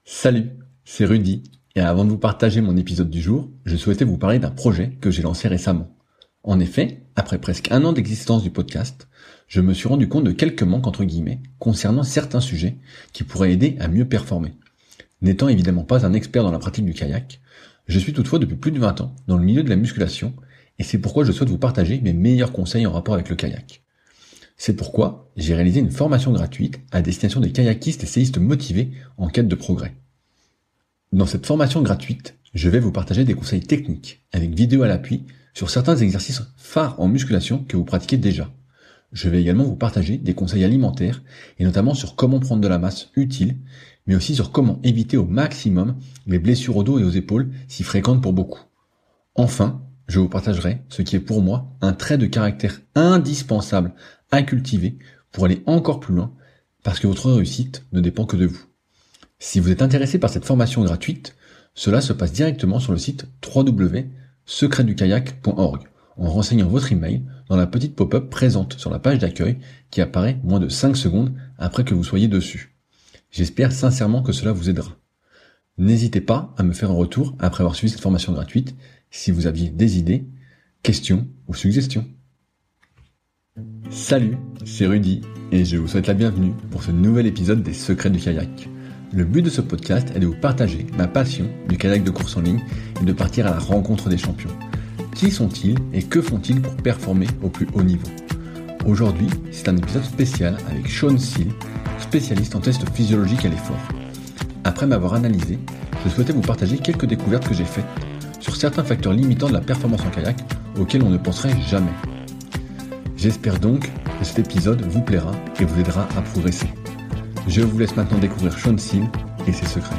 Salut, c'est Rudy, et avant de vous partager mon épisode du jour, je souhaitais vous parler d'un projet que j'ai lancé récemment. En effet, après presque un an d'existence du podcast, je me suis rendu compte de quelques manques entre guillemets concernant certains sujets qui pourraient aider à mieux performer. N'étant évidemment pas un expert dans la pratique du kayak, je suis toutefois depuis plus de 20 ans dans le milieu de la musculation, et c'est pourquoi je souhaite vous partager mes meilleurs conseils en rapport avec le kayak. C'est pourquoi j'ai réalisé une formation gratuite à destination des kayakistes et séistes motivés en quête de progrès. Dans cette formation gratuite, je vais vous partager des conseils techniques, avec vidéo à l'appui, sur certains exercices phares en musculation que vous pratiquez déjà. Je vais également vous partager des conseils alimentaires, et notamment sur comment prendre de la masse utile, mais aussi sur comment éviter au maximum les blessures au dos et aux épaules si fréquentes pour beaucoup. Enfin, je vous partagerai ce qui est pour moi un trait de caractère indispensable à cultiver pour aller encore plus loin, parce que votre réussite ne dépend que de vous. Si vous êtes intéressé par cette formation gratuite, cela se passe directement sur le site www.secretdukayak.org en renseignant votre email dans la petite pop-up présente sur la page d'accueil qui apparaît moins de 5 secondes après que vous soyez dessus. J'espère sincèrement que cela vous aidera. N'hésitez pas à me faire un retour après avoir suivi cette formation gratuite si vous aviez des idées, questions ou suggestions. Salut, c'est Rudy et je vous souhaite la bienvenue pour ce nouvel épisode des Secrets du kayak. Le but de ce podcast est de vous partager ma passion du kayak de course en ligne et de partir à la rencontre des champions. Qui sont-ils et que font-ils pour performer au plus haut niveau ? Aujourd'hui, c'est un épisode spécial avec Shawn Seal, spécialiste en tests physiologiques à l'effort. Après m'avoir analysé, je souhaitais vous partager quelques découvertes que j'ai faites sur certains facteurs limitants de la performance en kayak auxquels on ne penserait jamais. J'espère donc que cet épisode vous plaira et vous aidera à progresser. Je vous laisse maintenant découvrir Shawn Seal et ses secrets.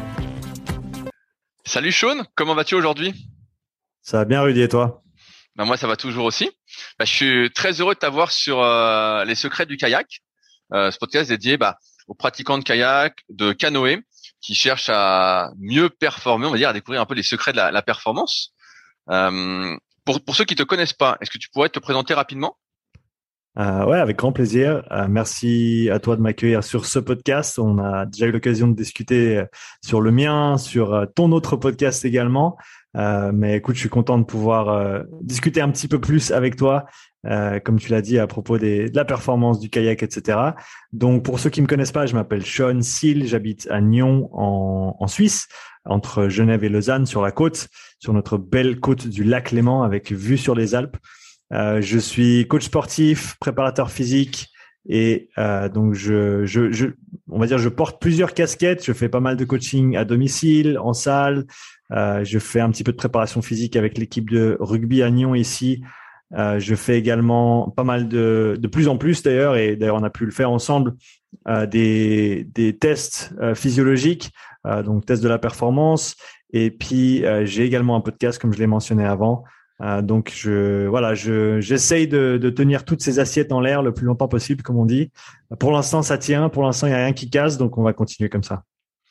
Salut Shawn, comment vas-tu aujourd'hui ? Ça va bien Rudy et toi ? Moi ça va toujours aussi. Je suis très heureux de t'avoir sur les secrets du kayak, ce podcast dédié aux pratiquants de kayak, de canoë, qui cherchent à mieux performer, on va dire, à découvrir un peu les secrets de la performance. Pour ceux qui te connaissent pas, est-ce que tu pourrais te présenter rapidement ? Ouais, avec grand plaisir. Merci à toi de m'accueillir sur ce podcast. On a déjà eu l'occasion de discuter sur le mien, sur ton autre podcast également. Mais écoute, je suis content de pouvoir discuter un petit peu plus avec toi, comme tu l'as dit, à propos de la performance du kayak, etc. Donc, pour ceux qui me connaissent pas, je m'appelle Shawn Seal. J'habite à Nyon, en Suisse, entre Genève et Lausanne, sur la côte, sur notre belle côte du lac Léman, avec vue sur les Alpes. Je suis coach sportif, préparateur physique et donc on va dire je porte plusieurs casquettes. Je fais pas mal de coaching à domicile, en salle. Je fais un petit peu de préparation physique avec l'équipe de rugby à Nyon ici. Je fais également pas mal de plus en plus d'ailleurs, et d'ailleurs on a pu le faire ensemble, des tests physiologiques, donc tests de la performance. Et puis j'ai également un podcast comme je l'ai mentionné avant. Donc j'essaye de tenir toutes ces assiettes en l'air le plus longtemps possible, comme on dit. Pour l'instant, ça tient. Pour l'instant, il n'y a rien qui casse, donc on va continuer comme ça.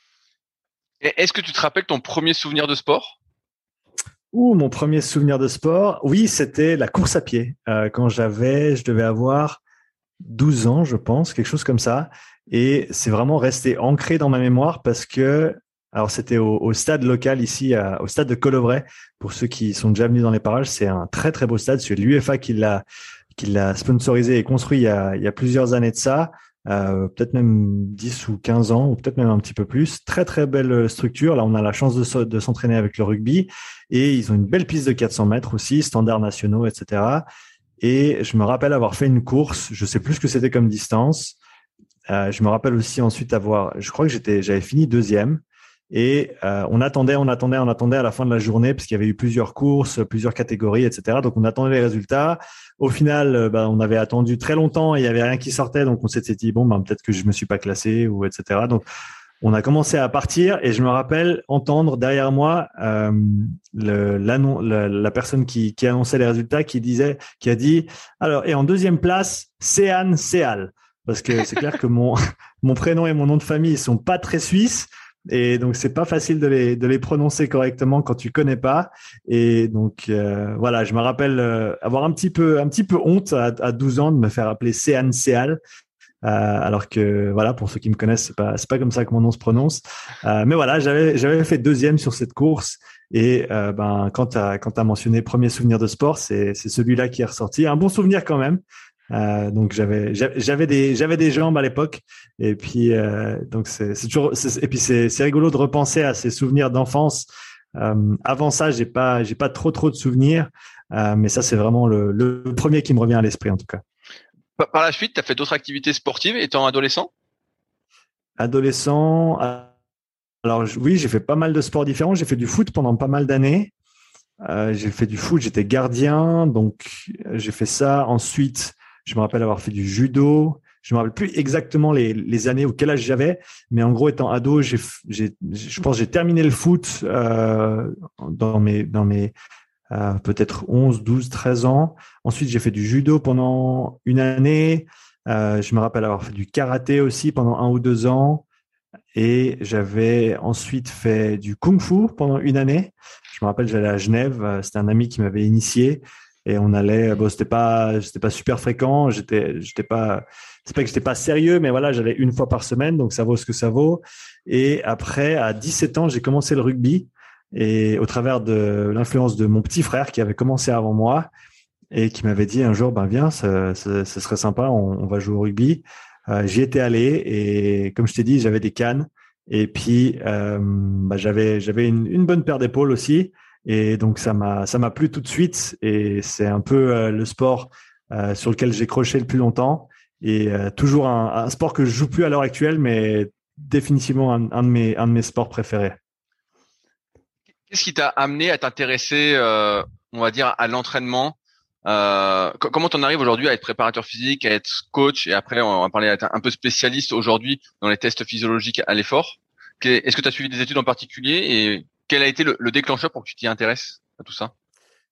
Et est-ce que tu te rappelles ton premier souvenir de sport ? Mon premier souvenir de sport, oui, c'était la course à pied. Quand je devais avoir 12 ans, je pense, quelque chose comme ça. Et c'est vraiment resté ancré dans ma mémoire parce que alors, c'était au stade local ici, au stade de Colovray. Pour ceux qui sont déjà venus dans les parages, c'est un très, très beau stade. C'est l'UEFA qui l'a sponsorisé et construit il y a plusieurs années de ça. Peut-être même 10 ou 15 ans, ou peut-être même un petit peu plus. Très, très belle structure. Là, on a la chance de s'entraîner avec le rugby. Et ils ont une belle piste de 400 mètres aussi, standards nationaux, etc. Et je me rappelle avoir fait une course. Je sais plus ce que c'était comme distance. Je me rappelle aussi ensuite je crois que j'avais fini deuxième. Et on attendait à la fin de la journée parce qu'il y avait eu plusieurs courses, plusieurs catégories, etc. Donc on attendait les résultats. Au final, on avait attendu très longtemps et il y avait rien qui sortait. Donc on s'était dit peut-être que je me suis pas classé ou etc. Donc on a commencé à partir et je me rappelle entendre derrière moi la personne qui annonçait les résultats qui a dit alors et en deuxième place Sean Seal, parce que c'est clair que mon prénom et mon nom de famille sont pas très suisses. Et donc c'est pas facile de les prononcer correctement quand tu connais pas. Et donc voilà, je me rappelle avoir un petit peu honte à 12 ans de me faire appeler Sean Seal. alors que voilà, pour ceux qui me connaissent, c'est pas comme ça que mon nom se prononce. Mais voilà, j'avais fait deuxième sur cette course. Et quand t'as mentionné premier souvenir de sport, c'est celui-là qui est ressorti. Un bon souvenir quand même. Donc j'avais des jambes à l'époque. Et puis donc c'est toujours et puis c'est rigolo de repenser à ces souvenirs d'enfance. Avant ça, j'ai pas trop de souvenirs. Mais ça, c'est vraiment le premier qui me revient à l'esprit en tout cas. Par la suite, tu as fait d'autres activités sportives étant adolescent? Adolescent, alors oui, j'ai fait pas mal de sports différents. J'ai fait du foot pendant pas mal d'années. J'ai fait du foot, j'étais gardien, donc j'ai fait ça. Ensuite, je me rappelle avoir fait du judo. Je me rappelle plus exactement les années ou quel âge j'avais, mais en gros, étant ado, je pense que j'ai terminé le foot dans mes peut-être 11, 12, 13 ans. Ensuite, j'ai fait du judo pendant une année. Je me rappelle avoir fait du karaté aussi pendant 1 ou 2 ans. Et j'avais ensuite fait du kung-fu pendant une année. Je me rappelle, j'allais à Genève. C'était un ami qui m'avait initié. Et on allait, bon, c'était pas super fréquent. C'est pas que j'étais pas sérieux, mais voilà, j'allais une fois par semaine. Donc, ça vaut ce que ça vaut. Et après, à 17 ans, j'ai commencé le rugby. Et au travers de l'influence de mon petit frère qui avait commencé avant moi et qui m'avait dit un jour, ben viens, ce serait sympa, on va jouer au rugby. J'y étais allé et comme je t'ai dit, j'avais des cannes et puis j'avais une bonne paire d'épaules aussi et donc ça m'a plu tout de suite et c'est un peu le sport sur lequel j'ai croché le plus longtemps et toujours un sport que je joue plus à l'heure actuelle, mais définitivement un de mes sports préférés. Qu'est-ce qui t'a amené à t'intéresser, on va dire, à l'entraînement? Comment t'en arrives aujourd'hui à être préparateur physique, à être coach, et après on va parler à être un peu spécialiste aujourd'hui dans les tests physiologiques à l'effort. Est-ce que tu as suivi des études en particulier et quel a été le déclencheur pour que tu t'y intéresses à tout ça?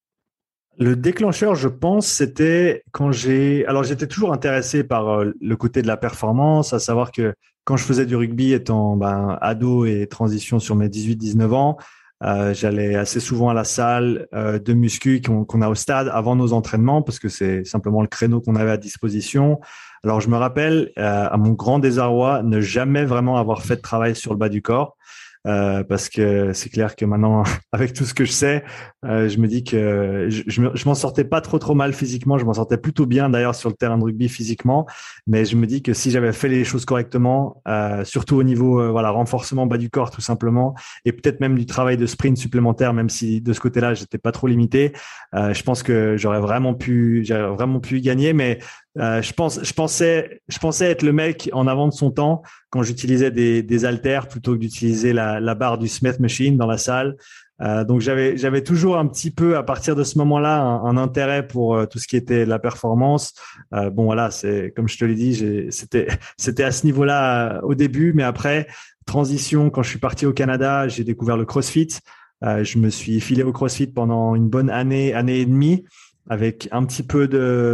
Le déclencheur, je pense, c'était quand j'étais toujours intéressé par le côté de la performance, à savoir que quand je faisais du rugby étant ado et transition sur mes 18-19 ans, j'allais assez souvent à la salle de muscu qu'on a au stade avant nos entraînements parce que c'est simplement le créneau qu'on avait à disposition. Alors je me rappelle, à mon grand désarroi, ne jamais vraiment avoir fait de travail sur le bas du corps. Parce que c'est clair que maintenant, avec tout ce que je sais, je me dis que je m'en sortais pas trop mal physiquement. Je m'en sortais plutôt bien d'ailleurs sur le terrain de rugby physiquement, mais je me dis que si j'avais fait les choses correctement, surtout au niveau renforcement bas du corps tout simplement, et peut-être même du travail de sprint supplémentaire, même si de ce côté-là j'étais pas trop limité, je pense que j'aurais vraiment pu y gagner. Mais je pensais être le mec en avant de son temps quand j'utilisais des haltères plutôt que d'utiliser la barre du Smith Machine dans la salle. Donc j'avais toujours un petit peu à partir de ce moment-là un intérêt pour tout ce qui était la performance. Bon voilà, c'est comme je te l'ai dit, c'était à ce niveau-là au début, mais après transition quand je suis parti au Canada, j'ai découvert le CrossFit. Je me suis filé au CrossFit pendant une bonne année et demie avec un petit peu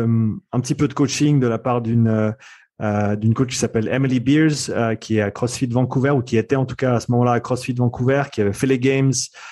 de coaching de la part d'une coach qui s'appelle Emily Beers, qui est à CrossFit Vancouver, ou qui était en tout cas à ce moment-là à CrossFit Vancouver, qui avait fait les Games.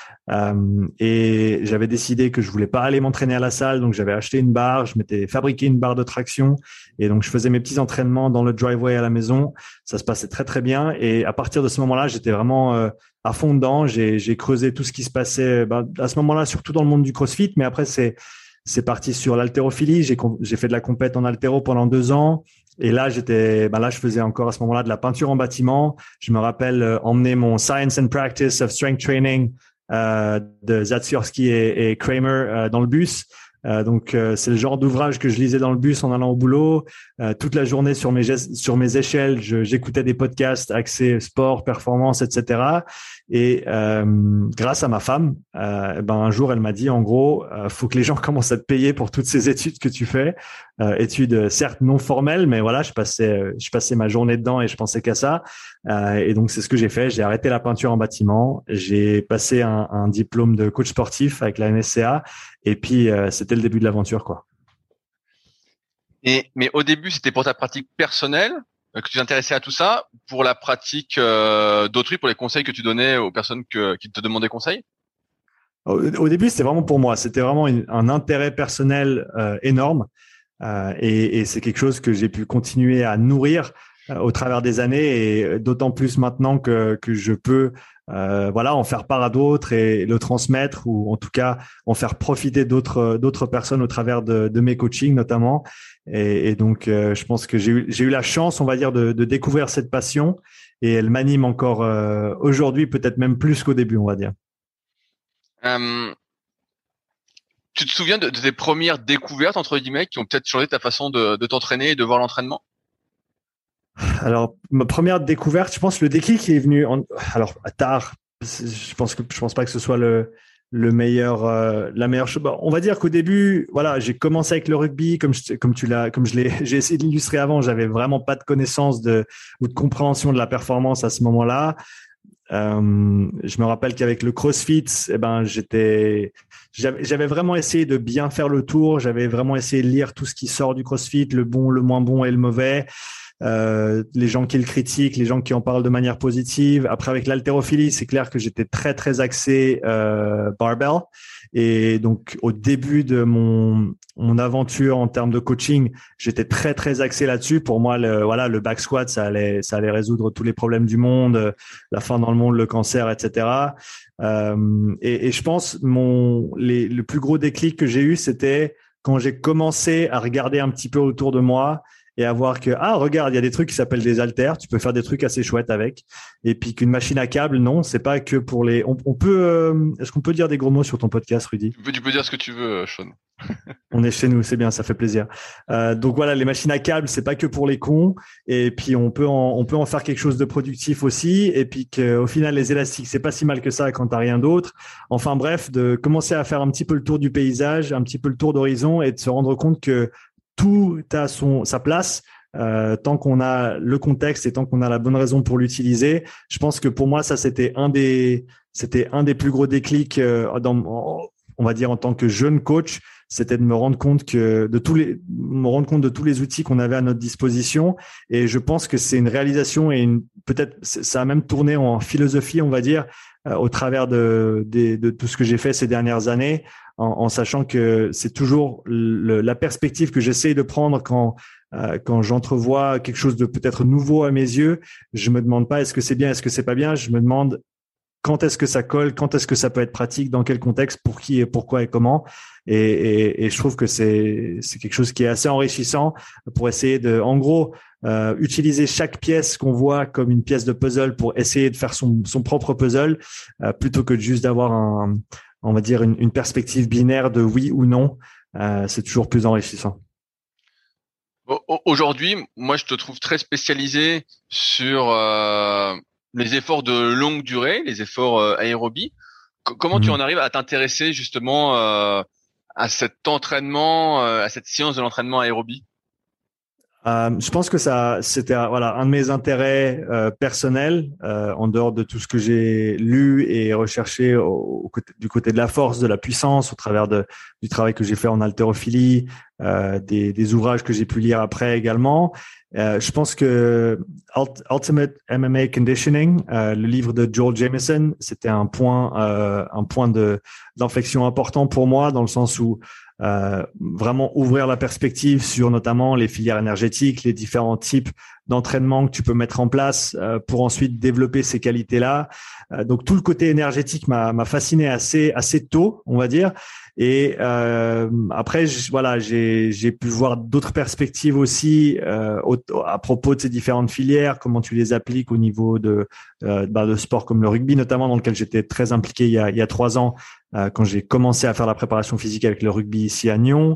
Et j'avais décidé que je voulais pas aller m'entraîner à la salle, donc j'avais acheté une barre, je m'étais fabriqué une barre de traction, et donc je faisais mes petits entraînements dans le driveway à la maison. Ça se passait très très bien, et à partir de ce moment-là, j'étais vraiment à fond dedans. J'ai creusé tout ce qui se passait à ce moment-là, surtout dans le monde du CrossFit, mais après c'est parti sur l'haltérophilie. J'ai fait de la compète en haltéro pendant 2 ans. Et là, je faisais encore à ce moment-là de la peinture en bâtiment. Je me rappelle emmener mon Science and Practice of Strength Training de Zatsiorsky et Kramer dans le bus. Donc c'est le genre d'ouvrage que je lisais dans le bus en allant au boulot. Toute la journée sur mes échelles, j'écoutais des podcasts axés sport, performance, etc. Et grâce à ma femme, un jour elle m'a dit en gros, faut que les gens commencent à te payer pour toutes ces études que tu fais. Études certes non formelles, mais voilà, je passais ma journée dedans et je pensais qu'à ça. Et donc c'est ce que j'ai fait. J'ai arrêté la peinture en bâtiment. J'ai passé un diplôme de coach sportif avec la NSCA. Et puis c'était le début de l'aventure, quoi. Mais au début, c'était pour ta pratique personnelle que tu t'intéressais à tout ça, pour la pratique d'autrui, pour les conseils que tu donnais aux personnes qui te demandaient conseil? Au début, c'était vraiment pour moi. C'était vraiment un intérêt personnel énorme. Et c'est quelque chose que j'ai pu continuer à nourrir au travers des années, et d'autant plus maintenant que je peux en faire part à d'autres et le transmettre, ou en tout cas en faire profiter d'autres personnes au travers de mes coachings notamment. Et donc je pense que j'ai eu la chance, on va dire, de découvrir cette passion, et elle m'anime encore aujourd'hui, peut-être même plus qu'au début, on va dire. Tu te souviens de tes premières découvertes, entre guillemets, qui ont peut-être changé ta façon de t'entraîner et de voir l'entraînement? Alors, ma première découverte, je pense, le déclic est venu tard. Je pense pas que ce soit le meilleur, la meilleure chose. Bon, on va dire qu'au début, voilà, j'ai commencé avec le rugby, j'ai essayé d'illustrer avant. J'avais vraiment pas de connaissance ou de compréhension de la performance à ce moment-là. Je me rappelle qu'avec le CrossFit, j'avais vraiment essayé de bien faire le tour. J'avais vraiment essayé de lire tout ce qui sort du CrossFit, le bon, le moins bon et le mauvais. Les gens qui le critiquent, les gens qui en parlent de manière positive. Après, avec l'haltérophilie, c'est clair que j'étais très très axé barbell. Et donc, au début de mon aventure en termes de coaching, j'étais très très axé là-dessus. Pour moi, le back squat, ça allait résoudre tous les problèmes du monde, la faim dans le monde, le cancer, etc. Et je pense le plus gros déclic que j'ai eu, c'était quand j'ai commencé à regarder un petit peu autour de moi et à voir que, regarde, il y a des trucs qui s'appellent des haltères, tu peux faire des trucs assez chouettes avec. Et puis qu'une machine à câble, non, c'est pas que pour les... On peut, est-ce qu'on peut dire des gros mots sur ton podcast, Rudy? Tu peux dire ce que tu veux, Sean. On est chez nous, c'est bien, ça fait plaisir. Donc voilà, les machines à câble, c'est pas que pour les cons. Et puis on peut en faire quelque chose de productif aussi. Et puis qu'au final, les élastiques, c'est pas si mal que ça quand t'as rien d'autre. Enfin bref, de commencer à faire un petit peu le tour du paysage, un petit peu le tour d'horizon, et de se rendre compte que tout a sa place tant qu'on a le contexte et tant qu'on a la bonne raison pour l'utiliser. Je pense que pour moi, ça c'était un des plus gros déclics on va dire en tant que jeune coach, c'était de me rendre compte de tous les outils qu'on avait à notre disposition. Et je pense que c'est une réalisation, et peut-être ça a même tourné en philosophie, on va dire, au travers de tout ce que j'ai fait ces dernières années, en sachant que c'est toujours la perspective que j'essaye de prendre quand j'entrevois quelque chose de peut-être nouveau à mes yeux. Je me demande pas est-ce que c'est bien, est-ce que c'est pas bien. Je me demande quand est-ce que ça colle, quand est-ce que ça peut être pratique, dans quel contexte, pour qui et pourquoi et comment. Et je trouve que c'est quelque chose qui est assez enrichissant pour essayer de, en gros, utiliser chaque pièce qu'on voit comme une pièce de puzzle pour essayer de faire son propre puzzle, plutôt que de juste d'avoir on va dire une perspective binaire de oui ou non. C'est toujours plus enrichissant. Aujourd'hui, moi, je te trouve très spécialisé sur les efforts de longue durée, les efforts aérobie. Comment tu en arrives à t'intéresser justement à cet entraînement, à cette science de l'entraînement aérobie? Je pense que c'était un de mes intérêts personnels, en dehors de tout ce que j'ai lu et recherché du côté de la force, de la puissance, au travers du travail que j'ai fait en haltérophilie, des ouvrages que j'ai pu lire après également. Je pense que Ultimate MMA Conditioning, le livre de Joel Jamieson, c'était un point d'inflexion important pour moi, dans le sens où vraiment ouvrir la perspective sur notamment les filières énergétiques, les différents types d'entraînement que tu peux mettre en place pour ensuite développer ces qualités-là. Donc tout le côté énergétique m'a fasciné assez tôt, on va dire. Et après, j'ai pu voir d'autres perspectives aussi à propos de ces différentes filières, comment tu les appliques au niveau de sport comme le rugby, notamment, dans lequel j'étais très impliqué il y a 3 ans, quand j'ai commencé à faire la préparation physique avec le rugby ici à Nyon.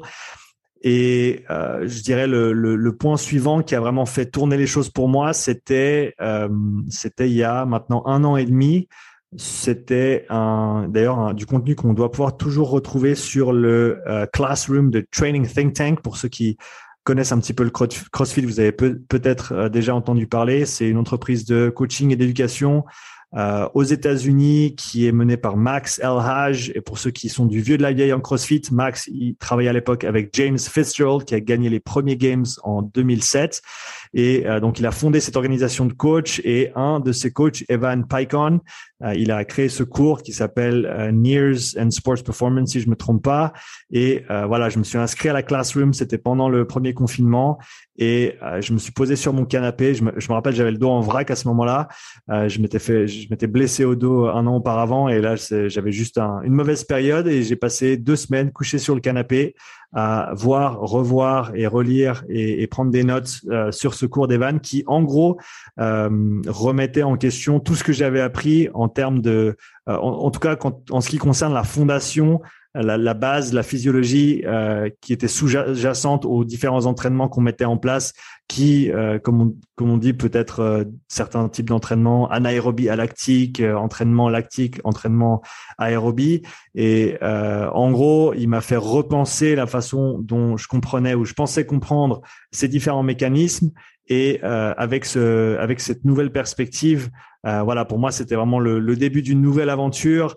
Et je dirais le point suivant qui a vraiment fait tourner les choses pour moi, c'était il y a maintenant 1 an et demi. C'était d'ailleurs du contenu qu'on doit pouvoir toujours retrouver sur le Classroom de Training Think Tank. Pour ceux qui connaissent un petit peu le CrossFit, vous avez peut-être déjà entendu parler. C'est une entreprise de coaching et d'éducation aux États-Unis qui est mené par Max Elhaj. Et pour ceux qui sont du vieux de la vieille en CrossFit, Max, il travaillait à l'époque avec James Fitzgerald qui a gagné les premiers Games en 2007. Et donc, il a fondé cette organisation de coachs et un de ses coachs, Evan Peikon, il a créé ce cours qui s'appelle NIRS and Sports Performance, si je me trompe pas. Et voilà, je me suis inscrit à la Classroom. C'était pendant le premier confinement. Et je me suis posé sur mon canapé. Je me rappelle, j'avais le dos en vrac à ce moment-là. Je m'étais blessé au dos un an auparavant. Et là, j'avais juste une mauvaise période. Et j'ai passé 2 semaines couché sur le canapé à voir, revoir et relire et prendre des notes sur ce cours d'Evan qui, en gros, remettait en question tout ce que j'avais appris en termes de, en tout cas, en ce qui concerne la fondation, la base, la physiologie qui était sous-jacente aux différents entraînements qu'on mettait en place, qui, comme on dit, peut-être certains types d'entraînement, anaérobie alactique, entraînement lactique, entraînement aérobie. Et en gros, il m'a fait repenser la façon dont je comprenais ou je pensais comprendre ces différents mécanismes. Et avec cette nouvelle perspective, voilà, pour moi, c'était vraiment le début d'une nouvelle aventure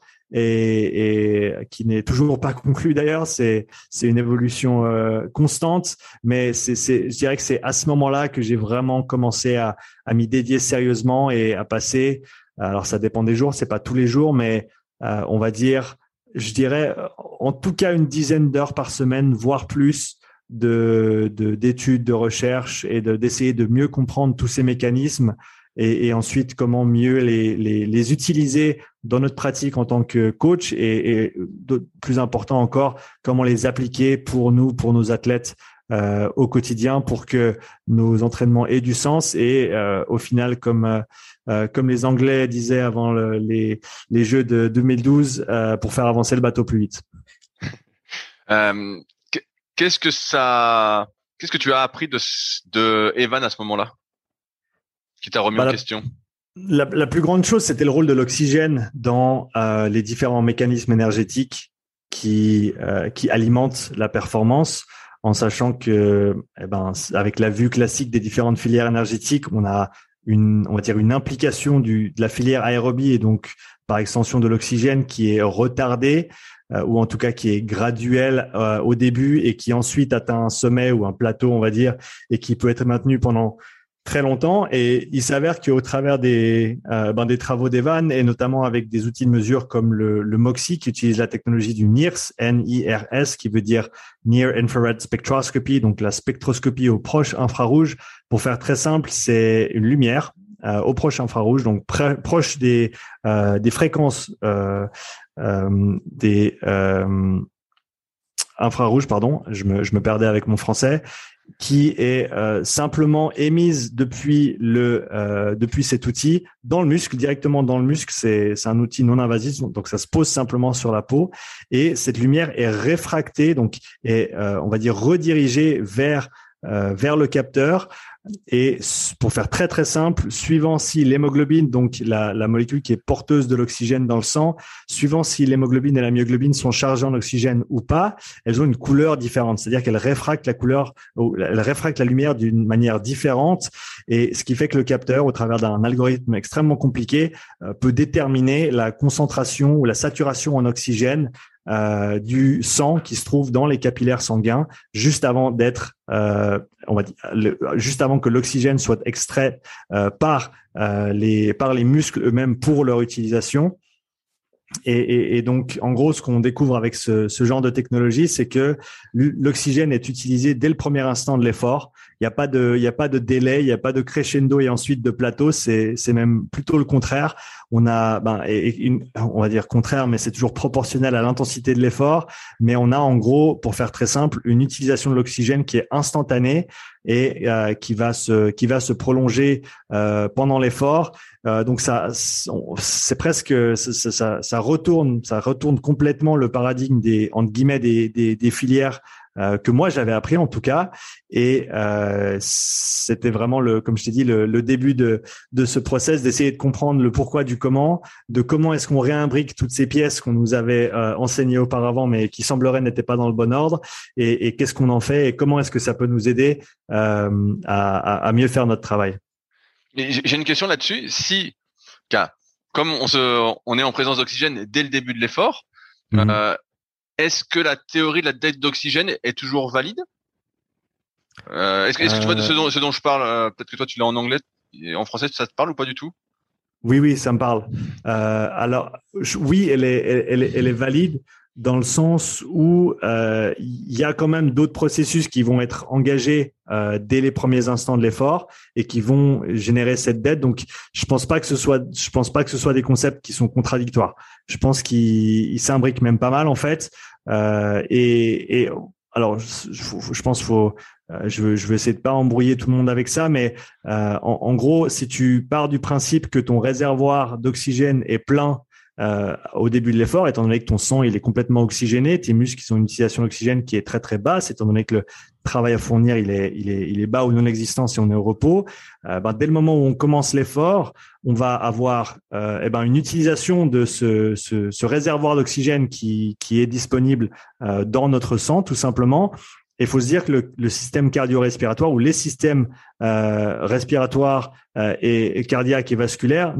et qui n'est toujours pas conclue d'ailleurs. C'est une évolution constante, mais je dirais que c'est à ce moment-là que j'ai vraiment commencé à m'y dédier sérieusement et à passer. Alors, ça dépend des jours, c'est pas tous les jours, mais on va dire, je dirais, en tout cas une dizaine d'heures par semaine, voire plus. D'études, de recherche et d'essayer de mieux comprendre tous ces mécanismes et ensuite comment mieux les utiliser dans notre pratique en tant que coach et plus important encore, comment les appliquer pour nous, pour nos athlètes au quotidien pour que nos entraînements aient du sens et au final, comme les Anglais disaient avant les Jeux de 2012, pour faire avancer le bateau plus vite. Qu'est-ce que tu as appris de Evan à ce moment-là, qui t'a remis en question? La plus grande chose, c'était le rôle de l'oxygène dans les différents mécanismes énergétiques qui alimentent la performance, en sachant que, avec la vue classique des différentes filières énergétiques, on va dire une implication de la filière aérobie et donc par extension de l'oxygène qui est retardée. Ou en tout cas qui est graduel au début et qui ensuite atteint un sommet ou un plateau, on va dire, et qui peut être maintenu pendant très longtemps. Et il s'avère qu'au travers des travaux d'Evan et notamment avec des outils de mesure comme le MOXIE qui utilise la technologie du NIRS, N-I-R-S, qui veut dire Near Infrared Spectroscopy, donc la spectroscopie au proche infrarouge. Pour faire très simple, c'est une lumière au proche infrarouge, donc proche des fréquences des infrarouges, pardon, je me perdais avec mon français, qui est simplement émise depuis cet outil dans le muscle, directement dans le muscle. C'est un outil non invasif, donc ça se pose simplement sur la peau et cette lumière est réfractée, donc est on va dire redirigée vers le capteur. Et pour faire très très simple, suivant si l'hémoglobine, donc la molécule qui est porteuse de l'oxygène dans le sang, suivant si l'hémoglobine et la myoglobine sont chargées en oxygène ou pas, elles ont une couleur différente, c'est-à-dire qu'elles réfractent elles réfractent la lumière d'une manière différente, et ce qui fait que le capteur, au travers d'un algorithme extrêmement compliqué, peut déterminer la concentration ou la saturation en oxygène du sang qui se trouve dans les capillaires sanguins juste avant d'être, juste avant que l'oxygène soit extrait par les muscles eux-mêmes pour leur utilisation. Et donc, en gros, ce qu'on découvre avec ce genre de technologie, c'est que l'oxygène est utilisé dès le premier instant de l'effort. Il n'y a pas de délai, il n'y a pas de crescendo et ensuite de plateau. C'est même plutôt le contraire. On a, on va dire contraire, mais c'est toujours proportionnel à l'intensité de l'effort. Mais on a, en gros, pour faire très simple, une utilisation de l'oxygène qui est instantanée et qui va se prolonger pendant l'effort. Donc c'est presque ça retourne complètement le paradigme entre guillemets des filières que moi j'avais appris en tout cas, et c'était vraiment comme je t'ai dit le début de ce process d'essayer de comprendre le pourquoi du comment, de comment est-ce qu'on réimbrique toutes ces pièces qu'on nous avait enseignées auparavement mais qui sembleraient n'étaient pas dans le bon ordre, et qu'est-ce qu'on en fait et comment est-ce que ça peut nous aider à mieux faire notre travail. J'ai une question là-dessus. Si comme on est en présence d'oxygène dès le début de l'effort, est-ce que la théorie de la dette d'oxygène est toujours valide? Est-ce que tu vois de ce dont je parle? Peut-être que toi tu l'as en anglais et en français, ça te parle ou pas du tout? Oui, ça me parle. Alors, oui, elle est valide dans le sens où il y a quand même d'autres processus qui vont être engagés dès les premiers instants de l'effort et qui vont générer cette dette. Donc, je pense pas que ce soit des concepts qui sont contradictoires. Je pense qu'ils s'imbriquent même pas mal en fait. Et alors, je pense je veux essayer de pas embrouiller tout le monde avec ça, mais en gros, si tu pars du principe que ton réservoir d'oxygène est plein au début de l'effort, étant donné que ton sang il est complètement oxygéné, tes muscles ont une utilisation d'oxygène qui est très très basse, étant donné que le travail à fournir il est bas ou non existant si on est au repos, dès le moment où on commence l'effort, on va avoir une utilisation de ce réservoir d'oxygène qui est disponible dans notre sang tout simplement. Il faut se dire que le système cardio-respiratoire ou les systèmes respiratoires et cardiaques et vasculaires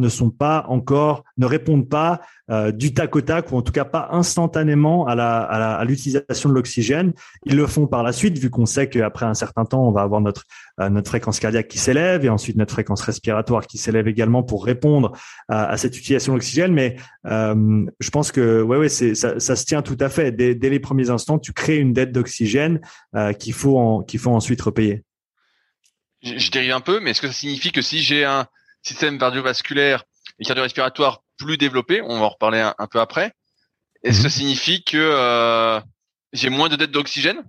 ne répondent pas du tac au tac ou en tout cas pas instantanément à l'utilisation de l'oxygène. Ils le font par la suite vu qu'on sait qu'après un certain temps, on va avoir notre fréquence cardiaque qui s'élève et ensuite notre fréquence respiratoire qui s'élève également pour répondre à cette utilisation de l'oxygène. Mais je pense que ça se tient tout à fait. Dès les premiers instants, tu crées une dette d'oxygène qu'il faut ensuite repayer. Je dérive un peu, mais est-ce que ça signifie que si j'ai un système cardiovasculaire et cardio-respiratoire plus développé, on va en reparler un peu après, est-ce que ça signifie que j'ai moins de dette d'oxygène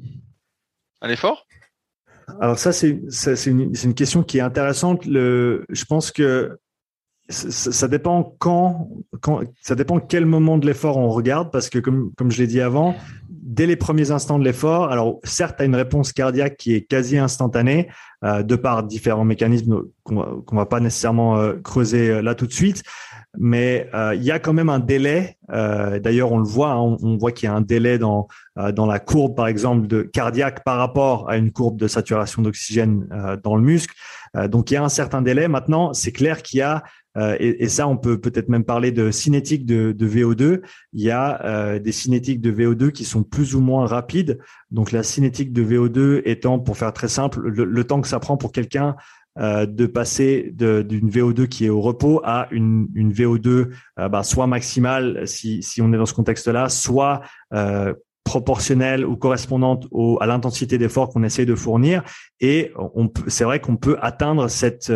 à l'effort? Alors ça, c'est une question qui est intéressante. Je pense que ça dépend ça dépend quel moment de l'effort on regarde, parce que comme je l'ai dit avant, dès les premiers instants de l'effort, alors certes, tu as une réponse cardiaque qui est quasi instantanée de par différents mécanismes qu'on va pas nécessairement creuser là tout de suite, mais il y a quand même un délai. D'ailleurs, on le voit, hein, on voit qu'il y a un délai dans la courbe, par exemple, de cardiaque par rapport à une courbe de saturation d'oxygène dans le muscle. Donc, il y a un certain délai. Maintenant, c'est clair qu'il y a et ça, on peut peut-être même parler de cinétique de VO2. Il y a des cinétiques de VO2 qui sont plus ou moins rapides. Donc, la cinétique de VO2 étant, pour faire très simple, le temps que ça prend pour quelqu'un de passer d'une VO2 qui est au repos à une VO2 soit maximale si on est dans ce contexte-là, soit proportionnelle ou correspondante à l'intensité d'effort qu'on essaye de fournir. Et c'est vrai qu'on peut atteindre cette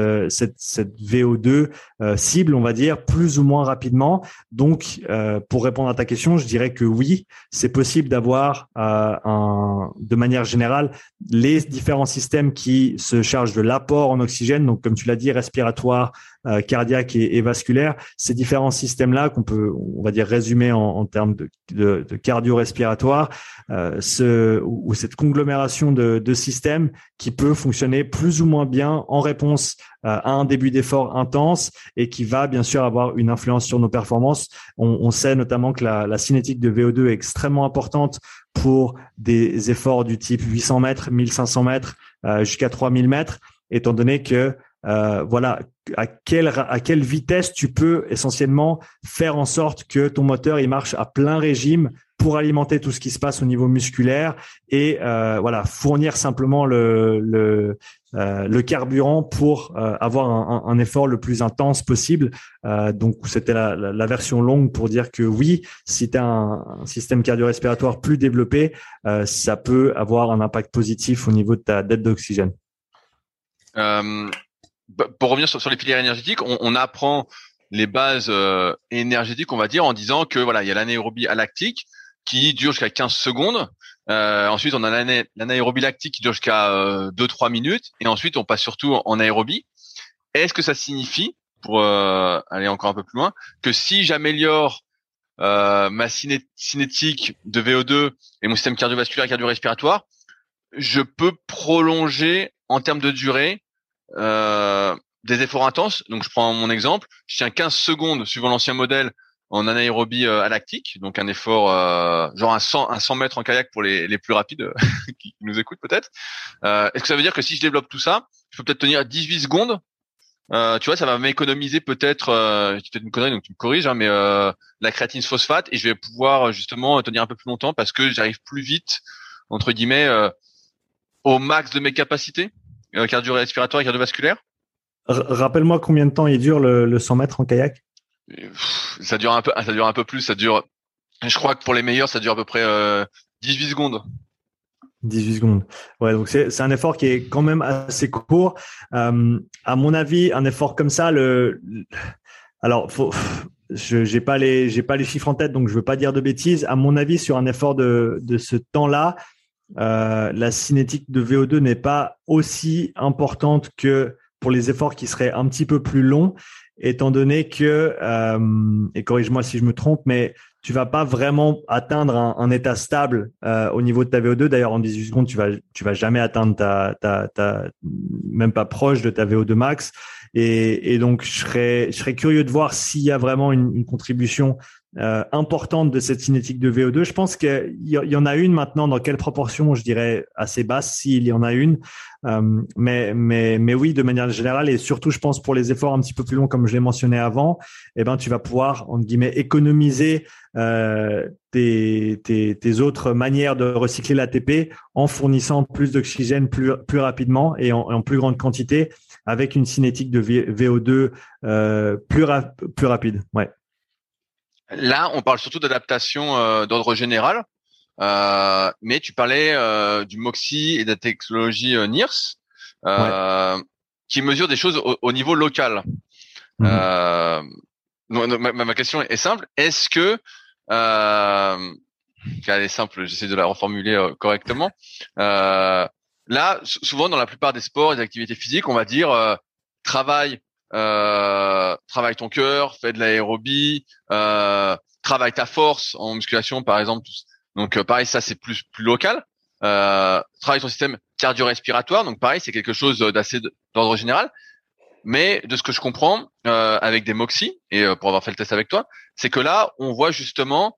VO2 cible, on va dire, plus ou moins rapidement. Donc, pour répondre à ta question, je dirais que oui, c'est possible d'avoir de manière générale les différents systèmes qui se chargent de l'apport en oxygène. Donc, comme tu l'as dit, respiratoire, cardiaque et vasculaire. Ces différents systèmes-là qu'on peut, on va dire, résumer en termes de cardio-respiratoire, ou cette conglomération de systèmes qui peut fonctionner plus ou moins bien en réponse à un début d'effort intense et qui va bien sûr avoir une influence sur nos performances. On sait notamment que la cinétique de VO2 est extrêmement importante pour des efforts du type 800 mètres, 1500 mètres, jusqu'à 3000 mètres, étant donné que à quelle vitesse tu peux essentiellement faire en sorte que ton moteur il marche à plein régime pour alimenter tout ce qui se passe au niveau musculaire et fournir simplement le carburant pour avoir un effort le plus intense possible. Donc c'était la version longue pour dire que oui, si tu as un système cardio-respiratoire plus développé, ça peut avoir un impact positif au niveau de ta dette d'oxygène. Pour revenir sur les filières énergétiques, on apprend les bases énergétiques, on va dire, en disant que il y a l'anaérobie alactique qui dure jusqu'à 15 secondes. Ensuite, on a l'anaérobie lactique qui dure jusqu'à 2-3 minutes. Et ensuite, on passe surtout en aérobie. Est-ce que ça signifie, pour aller encore un peu plus loin, que si j'améliore ma cinétique de VO2 et mon système cardiovasculaire et cardio-respiratoire, je peux prolonger en termes de durée des efforts intenses? Donc, je prends mon exemple. Je tiens 15 secondes, suivant l'ancien modèle, en anaérobie alactique, donc un effort genre un 100 mètres en kayak pour les plus rapides qui nous écoutent peut-être. Est-ce que ça veut dire que si je développe tout ça, je peux peut-être tenir 18 secondes Tu vois, ça va m'économiser peut-être, peut-être une connerie, donc tu me corriges, hein, mais la créatine phosphate, et je vais pouvoir justement tenir un peu plus longtemps parce que j'arrive plus vite, entre guillemets, au max de mes capacités cardio-respiratoires et cardiovasculaires. Rappelle-moi combien de temps il dure le 100 mètres en kayak? Ça dure un peu plus, je crois que pour les meilleurs, ça dure à peu près 18 secondes. 18 secondes. Ouais, donc c'est un effort qui est quand même assez court. À mon avis, un effort comme ça, alors j'ai pas les chiffres en tête, donc je veux pas dire de bêtises. À mon avis, sur un effort de ce temps-là, la cinétique de VO2 n'est pas aussi importante que pour les efforts qui seraient un petit peu plus longs, étant donné que, et corrige-moi si je me trompe, mais tu vas pas vraiment atteindre un état stable au niveau de ta VO2. D'ailleurs, en 18 secondes, tu vas jamais atteindre même pas proche de ta VO2 max. Et donc, je serais curieux de voir s'il y a vraiment une contribution importante de cette cinétique de VO2. Je pense qu'il y en a une maintenant. Dans quelle proportion? Je dirais assez basse s'il y en a une. Mais oui, de manière générale, et surtout, je pense pour les efforts un petit peu plus longs, comme je l'ai mentionné avant, eh ben, tu vas pouvoir, entre guillemets, économiser tes autres manières de recycler l'ATP en fournissant plus d'oxygène plus rapidement et en plus grande quantité avec une cinétique de VO2 plus rapide. Ouais. Là, on parle surtout d'adaptation d'ordre général, mais tu parlais du MOXIE et de la technologie NIRS, qui mesure des choses au niveau local. Ma question est simple. Est-ce que elle est simple, j'essaie de la reformuler correctement. Là, souvent dans la plupart des sports et des activités physiques, on va dire travaille ton cœur, fais de l'aérobie, travaille ta force en musculation par exemple. Donc pareil, ça c'est plus local. Travaille ton système cardio-respiratoire, donc pareil, c'est quelque chose d'assez d'ordre général. Mais de ce que je comprends avec des MOXIE, et pour avoir fait le test avec toi, c'est que là, on voit justement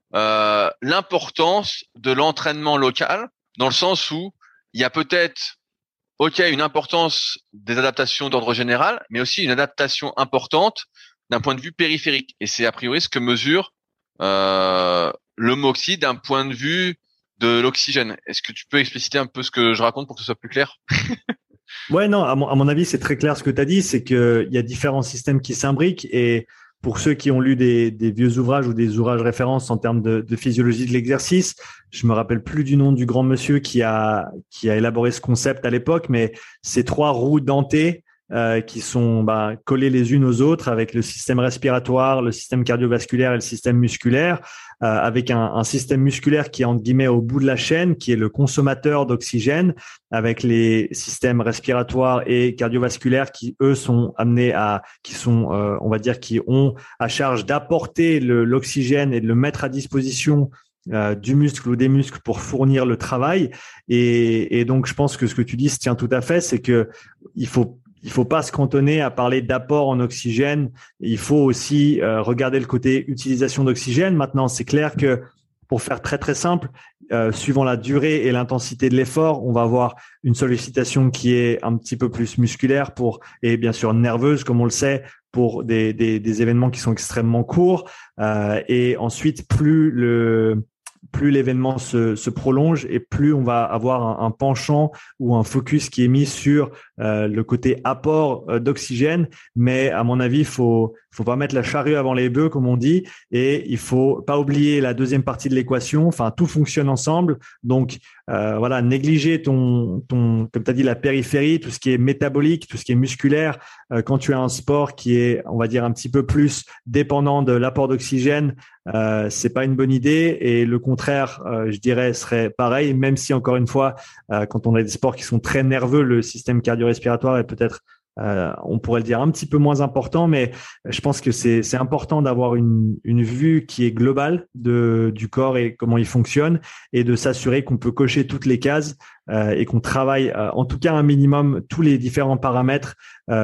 l'importance de l'entraînement local, dans le sens où il y a peut-être une importance des adaptations d'ordre général, mais aussi une adaptation importante d'un point de vue périphérique. Et c'est a priori ce que mesure le MOXIE d'un point de vue de l'oxygène. Est-ce que tu peux expliciter un peu ce que je raconte pour que ce soit plus clair? Ouais, non, à mon avis, c'est très clair ce que tu as dit, c'est qu'il y a différents systèmes qui s'imbriquent et pour ceux qui ont lu des vieux ouvrages ou des ouvrages références en termes de physiologie de l'exercice, je me rappelle plus du nom du grand monsieur qui a élaboré ce concept à l'époque, mais ces trois roues dentées qui sont collées les unes aux autres avec le système respiratoire, le système cardiovasculaire et le système musculaire, avec un système musculaire qui est entre guillemets au bout de la chaîne, qui est le consommateur d'oxygène, avec les systèmes respiratoires et cardiovasculaires qui eux sont amenés on va dire, qui ont à charge d'apporter l'oxygène et de le mettre à disposition du muscle ou des muscles pour fournir le travail. Et donc, je pense que ce que tu dis se tient tout à fait, c'est que il faut pas se cantonner à parler d'apport en oxygène. Il faut aussi regarder le côté utilisation d'oxygène. Maintenant, c'est clair que pour faire très très simple, suivant la durée et l'intensité de l'effort, on va avoir une sollicitation qui est un petit peu plus musculaire et bien sûr nerveuse, comme on le sait, pour des événements qui sont extrêmement courts. Et ensuite, plus l'événement se prolonge et plus on va avoir un penchant ou un focus qui est mis sur le côté apport d'oxygène. Mais à mon avis, faut pas mettre la charrue avant les bœufs, comme on dit, et il faut pas oublier la deuxième partie de l'équation. Enfin, tout fonctionne ensemble. Donc négliger comme tu as dit, la périphérie, tout ce qui est métabolique, tout ce qui est musculaire, quand tu as un sport qui est, on va dire, un petit peu plus dépendant de l'apport d'oxygène, c'est pas une bonne idée. Et le contraire, je dirais, serait pareil, même si encore une fois, quand on a des sports qui sont très nerveux, le système cardio-respiratoire est peut-être on pourrait le dire un petit peu moins important, mais je pense que c'est important d'avoir une vue qui est globale du corps et comment il fonctionne, et de s'assurer qu'on peut cocher toutes les cases et qu'on travaille en tout cas un minimum tous les différents paramètres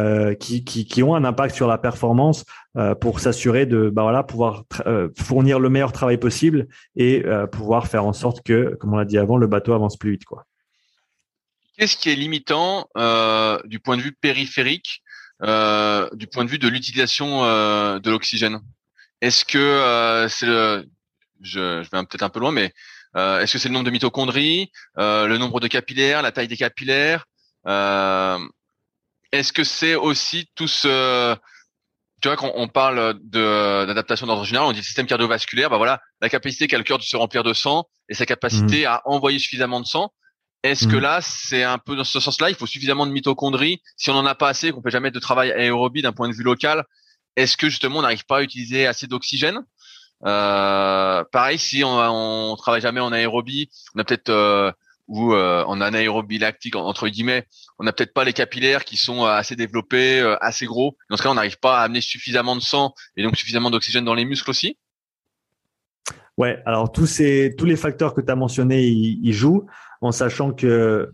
qui ont un impact sur la performance pour s'assurer de pouvoir fournir le meilleur travail possible et pouvoir faire en sorte que, comme on l'a dit avant, le bateau avance plus vite, quoi. Qu'est-ce qui est limitant du point de vue périphérique du point de vue de l'utilisation de l'oxygène. Est-ce que je vais peut-être un peu loin, mais est-ce que c'est le nombre de mitochondries, le nombre de capillaires, la taille des capillaires, est-ce que c'est aussi tout ce tu vois, quand on parle d'adaptation d'ordre général, on dit le système cardiovasculaire, bah voilà, la capacité qu'a le cœur de se remplir de sang et sa capacité à envoyer suffisamment de sang. Est-ce que là, c'est un peu dans ce sens-là, il faut suffisamment de mitochondries. Si on n'en a pas assez, qu'on peut jamais mettre de travail aérobie d'un point de vue local, est-ce que justement on n'arrive pas à utiliser assez d'oxygène? Pareil, si on travaille jamais en aérobie, on a peut-être en anaérobie lactique entre guillemets, on n'a peut-être pas les capillaires qui sont assez développés, assez gros. Dans ce cas, on n'arrive pas à amener suffisamment de sang et donc suffisamment d'oxygène dans les muscles aussi. Ouais, alors tous les facteurs que tu as mentionnés, ils jouent, en sachant que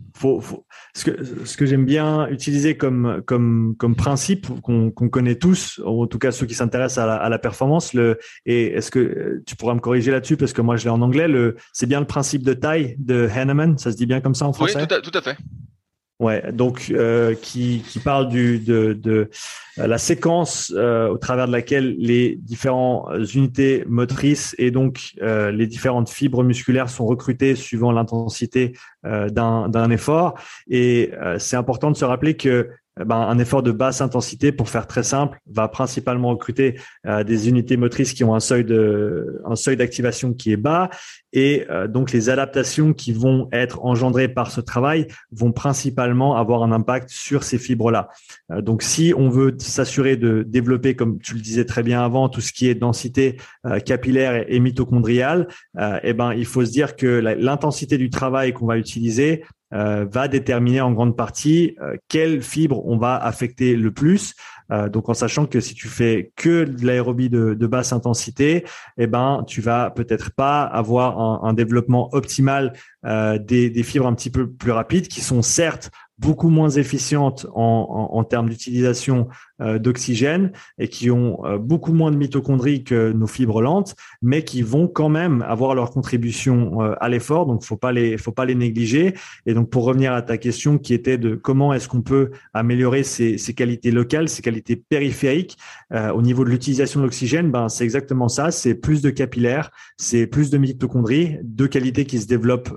ce que j'aime bien utiliser comme principe qu'on connaît tous, en tout cas ceux qui s'intéressent à la performance, et est-ce que tu pourras me corriger là-dessus parce que moi je l'ai en anglais, c'est bien le principe de taille de Hahnemann, ça se dit bien comme ça en français? Oui, tout à fait. Ouais, donc qui parle de la séquence au travers de laquelle les différentes unités motrices et donc les différentes fibres musculaires sont recrutées suivant l'intensité d'un effort. Et c'est important de se rappeler que un effort de basse intensité, pour faire très simple, va principalement recruter des unités motrices qui ont un seuil d'activation qui est bas, et donc les adaptations qui vont être engendrées par ce travail vont principalement avoir un impact sur ces fibres-là. Donc si on veut s'assurer de développer, comme tu le disais très bien avant, tout ce qui est densité capillaire et mitochondriale, il faut se dire que l'intensité du travail qu'on va utiliser va déterminer en grande partie quelles fibres on va affecter le plus. Donc en sachant que si tu fais que de l'aérobie de basse intensité, tu vas peut-être pas avoir un développement optimal des fibres un petit peu plus rapides, qui sont certes beaucoup moins efficientes en termes d'utilisation d'oxygène et qui ont beaucoup moins de mitochondries que nos fibres lentes, mais qui vont quand même avoir leur contribution à l'effort. Donc faut pas les négliger. Et donc pour revenir à ta question qui était de comment est-ce qu'on peut améliorer ces qualités locales, ces qualités périphériques au niveau de l'utilisation de l'oxygène, c'est exactement ça. C'est plus de capillaires, c'est plus de mitochondries, deux qualités qui se développent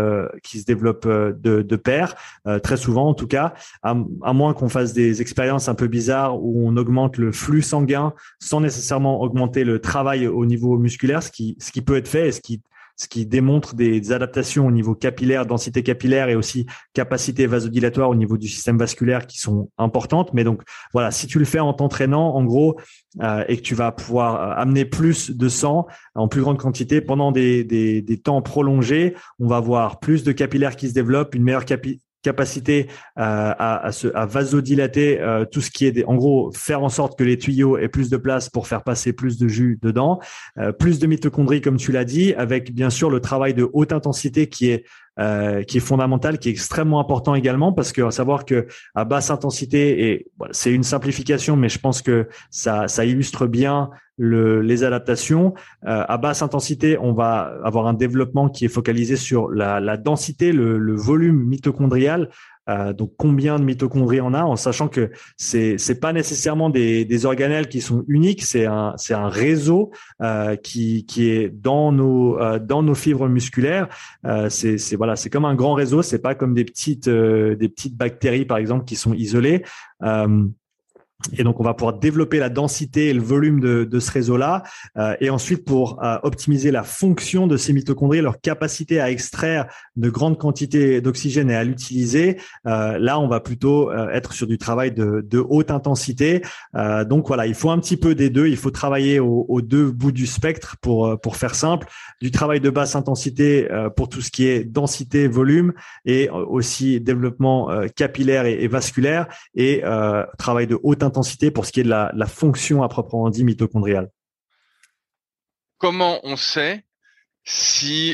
de pair, très souvent en tout cas, à moins qu'on fasse des expériences un peu bizarres où on augmente le flux sanguin sans nécessairement augmenter le travail au niveau musculaire, ce qui peut être fait et ce qui démontre des adaptations au niveau capillaire, densité capillaire et aussi capacité vasodilatoire au niveau du système vasculaire qui sont importantes. Mais donc voilà, si tu le fais en t'entraînant, en gros, et que tu vas pouvoir amener plus de sang en plus grande quantité pendant des temps prolongés, on va avoir plus de capillaires qui se développent, une meilleure capacité à vasodilater tout ce qui est en gros faire en sorte que les tuyaux aient plus de place pour faire passer plus de jus dedans, plus de mitochondries comme tu l'as dit, avec bien sûr le travail de haute intensité qui est fondamental, qui est extrêmement important également, parce que à savoir que à basse intensité, et c'est une simplification, mais je pense que ça illustre bien les adaptations. À basse intensité, on va avoir un développement qui est focalisé sur la densité, le volume mitochondrial. Donc combien de mitochondries on a, en sachant que c'est pas nécessairement des organelles qui sont uniques, c'est un réseau qui est dans nos fibres musculaires. C'est comme un grand réseau, c'est pas comme des petites bactéries par exemple qui sont isolées. Et donc, on va pouvoir développer la densité et le volume de ce réseau-là. Et ensuite, pour optimiser la fonction de ces mitochondries, leur capacité à extraire de grandes quantités d'oxygène et à l'utiliser, là, on va plutôt être sur du travail de haute intensité. Donc, voilà, il faut un petit peu des deux. Il faut travailler aux deux bouts du spectre pour faire simple. Du travail de basse intensité pour tout ce qui est densité, volume, et aussi développement capillaire et vasculaire, et travail de haute intensité pour ce qui est de la fonction à proprement dit mitochondriale. Comment on sait si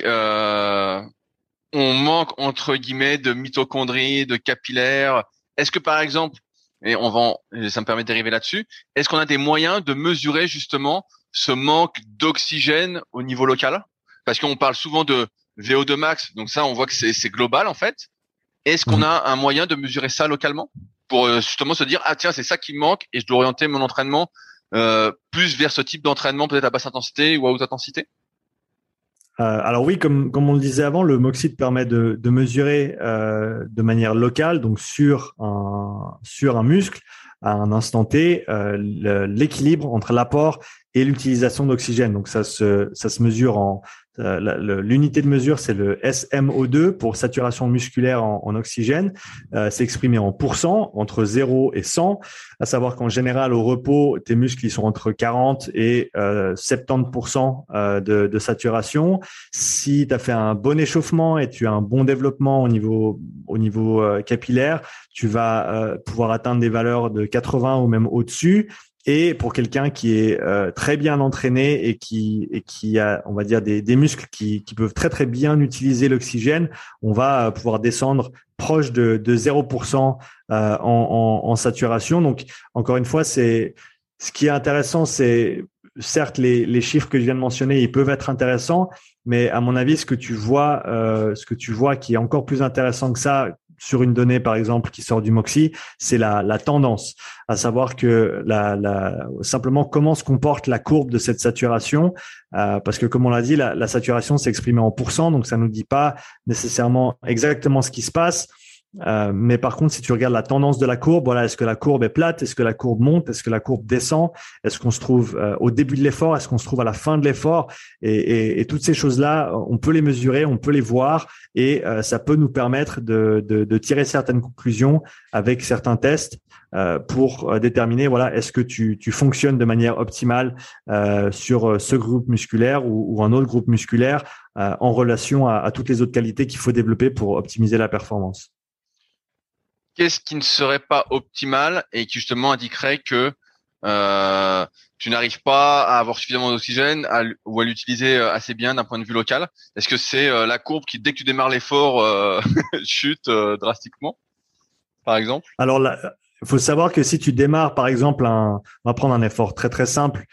on manque entre guillemets de mitochondries, de capillaires? Est-ce que par exemple, et ça me permet d'arriver là-dessus, est-ce qu'on a des moyens de mesurer justement ce manque d'oxygène au niveau local? Parce qu'on parle souvent de VO2 max, donc ça on voit que c'est global en fait. Est-ce qu'on a un moyen de mesurer ça localement? pour justement se dire ah tiens c'est ça qui me manque et je dois orienter mon entraînement plus vers ce type d'entraînement peut-être à basse intensité ou à haute intensité? Alors oui, comme on le disait avant, le Moxy te permet de mesurer de manière locale, donc sur un muscle à un instant T, l'équilibre entre l'apport et l'utilisation d'oxygène. Donc ça se mesure en l'unité de mesure, c'est le SMO2 pour saturation musculaire en oxygène. C'est exprimé en pourcent, entre 0 et 100. À savoir qu'en général, au repos, tes muscles ils sont entre 40 et 70% de saturation. Si tu as fait un bon échauffement et tu as un bon développement au niveau capillaire, tu vas pouvoir atteindre des valeurs de 80 ou même au-dessus. Et pour quelqu'un qui est très bien entraîné et qui a, on va dire, des muscles qui peuvent très très bien utiliser l'oxygène, on va pouvoir descendre proche de 0% en saturation. Donc encore une fois, ce qui est intéressant, c'est certes les chiffres que je viens de mentionner, ils peuvent être intéressants, mais à mon avis, ce que tu vois qui est encore plus intéressant que ça, sur une donnée, par exemple, qui sort du Moxy, c'est la tendance, à savoir que simplement comment se comporte la courbe de cette saturation, parce que comme on l'a dit, la saturation s'exprime en pourcent, donc ça nous dit pas nécessairement exactement ce qui se passe. Mais par contre, si tu regardes la tendance de la courbe, voilà, est-ce que la courbe est plate? Est-ce que la courbe monte? Est-ce que la courbe descend? Est-ce qu'on se trouve au début de l'effort? Est-ce qu'on se trouve à la fin de l'effort? Et toutes ces choses-là, on peut les mesurer, on peut les voir, et ça peut nous permettre de tirer certaines conclusions avec certains tests pour déterminer, voilà, est-ce que tu fonctionnes de manière optimale sur ce groupe musculaire ou un autre groupe musculaire en relation à toutes les autres qualités qu'il faut développer pour optimiser la performance. Qu'est-ce qui ne serait pas optimal et qui justement indiquerait que tu n'arrives pas à avoir suffisamment d'oxygène ou à l'utiliser assez bien d'un point de vue local? Est-ce que c'est la courbe qui, dès que tu démarres l'effort, chute drastiquement, par exemple? Alors là, il faut savoir que si tu démarres, par exemple, on va prendre un effort très très simple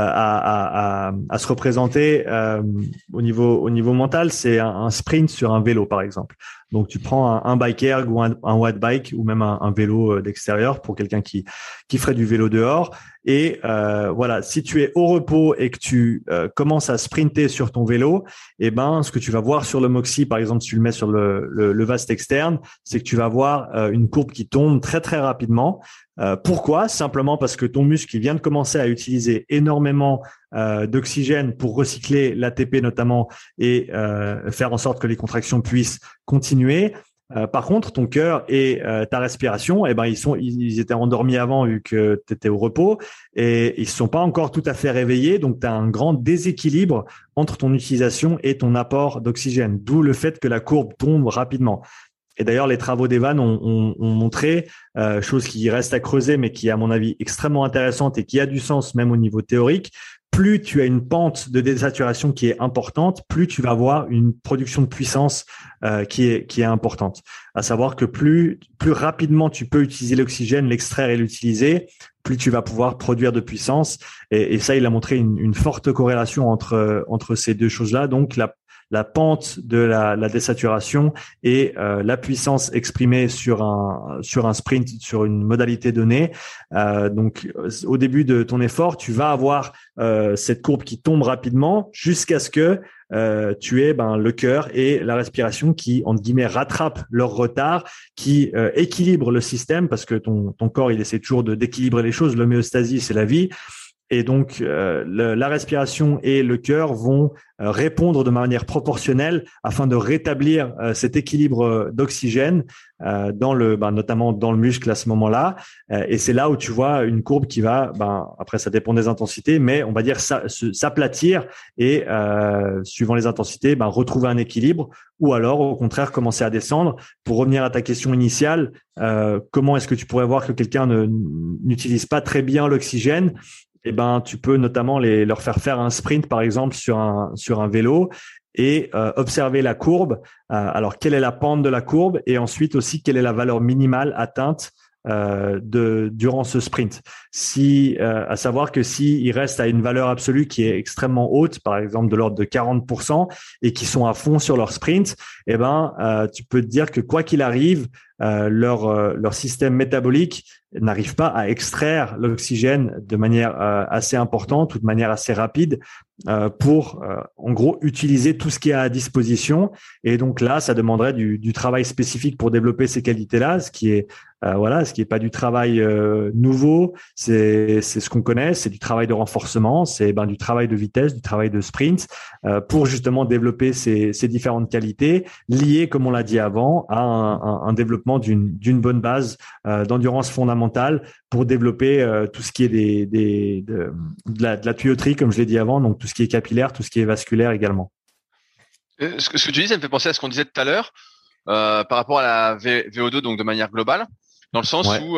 à se représenter au niveau mental, c'est un sprint sur un vélo, par exemple. Donc, tu prends un bike erg ou un watt bike ou même un vélo d'extérieur pour quelqu'un qui ferait du vélo dehors. Et voilà, si tu es au repos et que tu commences à sprinter sur ton vélo, eh ben, ce que tu vas voir sur le Moxy, par exemple, si tu le mets sur le vaste externe, c'est que tu vas voir une courbe qui tombe très très rapidement. Pourquoi? Simplement parce que ton muscle il vient de commencer à utiliser énormément d'oxygène pour recycler l'ATP notamment et faire en sorte que les contractions puissent continuer. Par contre, ton cœur et ta respiration, eh ben ils étaient endormis avant vu que tu étais au repos et ils se sont pas encore tout à fait réveillés. Donc, tu as un grand déséquilibre entre ton utilisation et ton apport d'oxygène, d'où le fait que la courbe tombe rapidement. Et d'ailleurs, les travaux d'Evan ont montré, chose qui reste à creuser, mais qui est à mon avis extrêmement intéressante et qui a du sens même au niveau théorique. Plus tu as une pente de désaturation qui est importante, plus tu vas avoir une production de puissance qui est importante. À savoir que plus rapidement tu peux utiliser l'oxygène, l'extraire et l'utiliser, plus tu vas pouvoir produire de puissance. Et ça, il a montré une forte corrélation entre ces deux choses-là. Donc la pente de la désaturation et la puissance exprimée sur un sprint, sur une modalité donnée. Donc, au début de ton effort, tu vas avoir cette courbe qui tombe rapidement jusqu'à ce que tu aies le cœur et la respiration qui, entre guillemets, rattrapent leur retard, qui équilibrent le système parce que ton corps, il essaie toujours d'équilibrer les choses. L'homéostasie, c'est la vie. Et donc, la respiration et le cœur vont répondre de manière proportionnelle afin de rétablir cet équilibre d'oxygène notamment dans le muscle à ce moment-là. Et c'est là où tu vois une courbe qui va, après ça dépend des intensités, mais on va dire s'aplatir et suivant les intensités, retrouver un équilibre ou alors au contraire commencer à descendre. Pour revenir à ta question initiale, comment est-ce que tu pourrais voir que quelqu'un n'utilise pas très bien l'oxygène? Eh ben, tu peux notamment leur faire un sprint, par exemple, sur un vélo et observer la courbe. Alors, quelle est la pente de la courbe et ensuite aussi quelle est la valeur minimale atteinte durant ce sprint. À savoir que si il reste à une valeur absolue qui est extrêmement haute, par exemple de l'ordre de 40%, et qui sont à fond sur leur sprint, tu peux te dire que quoi qu'il arrive, leur système métabolique n'arrive pas à extraire l'oxygène de manière assez importante ou de manière assez rapide pour en gros utiliser tout ce qui est à disposition. Et donc là, ça demanderait du travail spécifique pour développer ces qualités-là, ce qui est pas du travail nouveau, c'est ce qu'on connaît, c'est du travail de renforcement, c'est du travail de vitesse, du travail de sprint pour justement développer ces différentes qualités liées, comme on l'a dit avant, à un développement d'une bonne base d'endurance fondamentale pour développer tout ce qui est de la tuyauterie, comme je l'ai dit avant, donc tout ce qui est capillaire, tout ce qui est vasculaire également. Ce que tu dis, ça me fait penser à ce qu'on disait tout à l'heure par rapport à la VO2, donc de manière globale, dans le sens où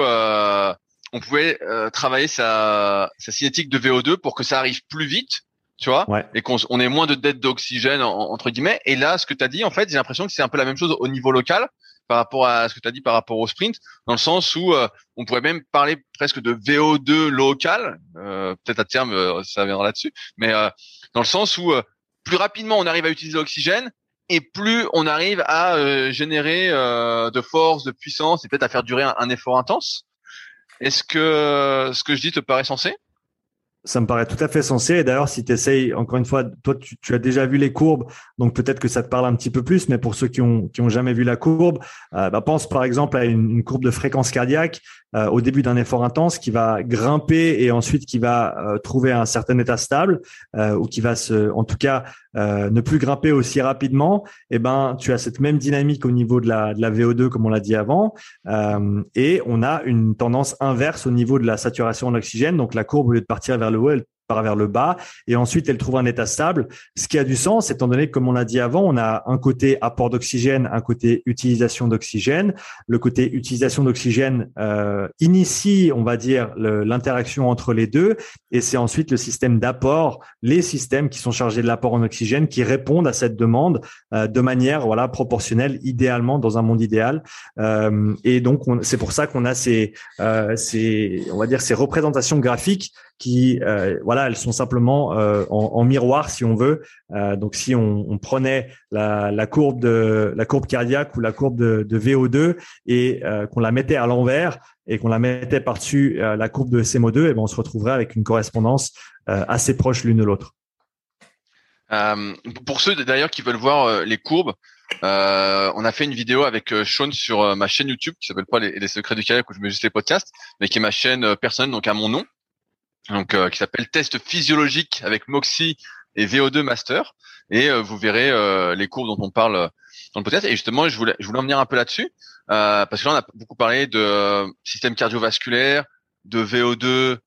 on pouvait travailler sa cinétique de VO2 pour que ça arrive plus vite, tu vois, et qu'on ait moins de dette d'oxygène entre guillemets. Et là, ce que tu as dit, en fait, j'ai l'impression que c'est un peu la même chose au niveau local par rapport à ce que tu as dit par rapport au sprint, dans le sens où on pourrait même parler presque de VO2 local, peut-être à terme ça viendra là-dessus, mais dans le sens où plus rapidement on arrive à utiliser l'oxygène et plus on arrive à générer de force, de puissance et peut-être à faire durer un effort intense. Est-ce que ce que je dis te paraît sensé ? Ça me paraît tout à fait sensé. Et d'ailleurs, si tu essayes, encore une fois, toi, tu as déjà vu les courbes, donc peut-être que ça te parle un petit peu plus, mais pour ceux qui ont jamais vu la courbe, pense par exemple à une courbe de fréquence cardiaque au début d'un effort intense qui va grimper et ensuite qui va trouver un certain état stable ou qui va en tout cas, ne plus grimper aussi rapidement. Tu as cette même dynamique au niveau de la VO2, comme on l'a dit avant, et on a une tendance inverse au niveau de la saturation en oxygène. Donc la courbe, au lieu de partir vers le haut, elle part vers le bas et ensuite elle trouve un état stable, ce qui a du sens étant donné que, comme on l'a dit avant, on a un côté apport d'oxygène, un côté utilisation d'oxygène. Le côté utilisation d'oxygène initie, on va dire, l'interaction entre les deux, et c'est ensuite le système d'apport, les systèmes qui sont chargés de l'apport en oxygène qui répondent à cette demande de manière proportionnelle, idéalement dans un monde idéal. Et donc c'est pour ça qu'on a ces représentations graphiques qui elles sont simplement en miroir, si on veut. Donc si on prenait la courbe cardiaque ou la courbe de VO2 et qu'on la mettait à l'envers et qu'on la mettait par-dessus la courbe de SMO2, on se retrouverait avec une correspondance assez proche l'une de l'autre. Pour ceux d'ailleurs qui veulent voir les courbes, on a fait une vidéo avec Sean sur ma chaîne YouTube qui s'appelle pas les secrets du kayak où je mets juste les podcasts, mais qui est ma chaîne personnelle, donc à mon nom, donc qui s'appelle Test physiologique avec Moxy et VO2 Master, et vous verrez les courbes dont on parle dans le podcast. Et justement, je voulais en venir un peu là-dessus parce que là on a beaucoup parlé de système cardiovasculaire, de VO2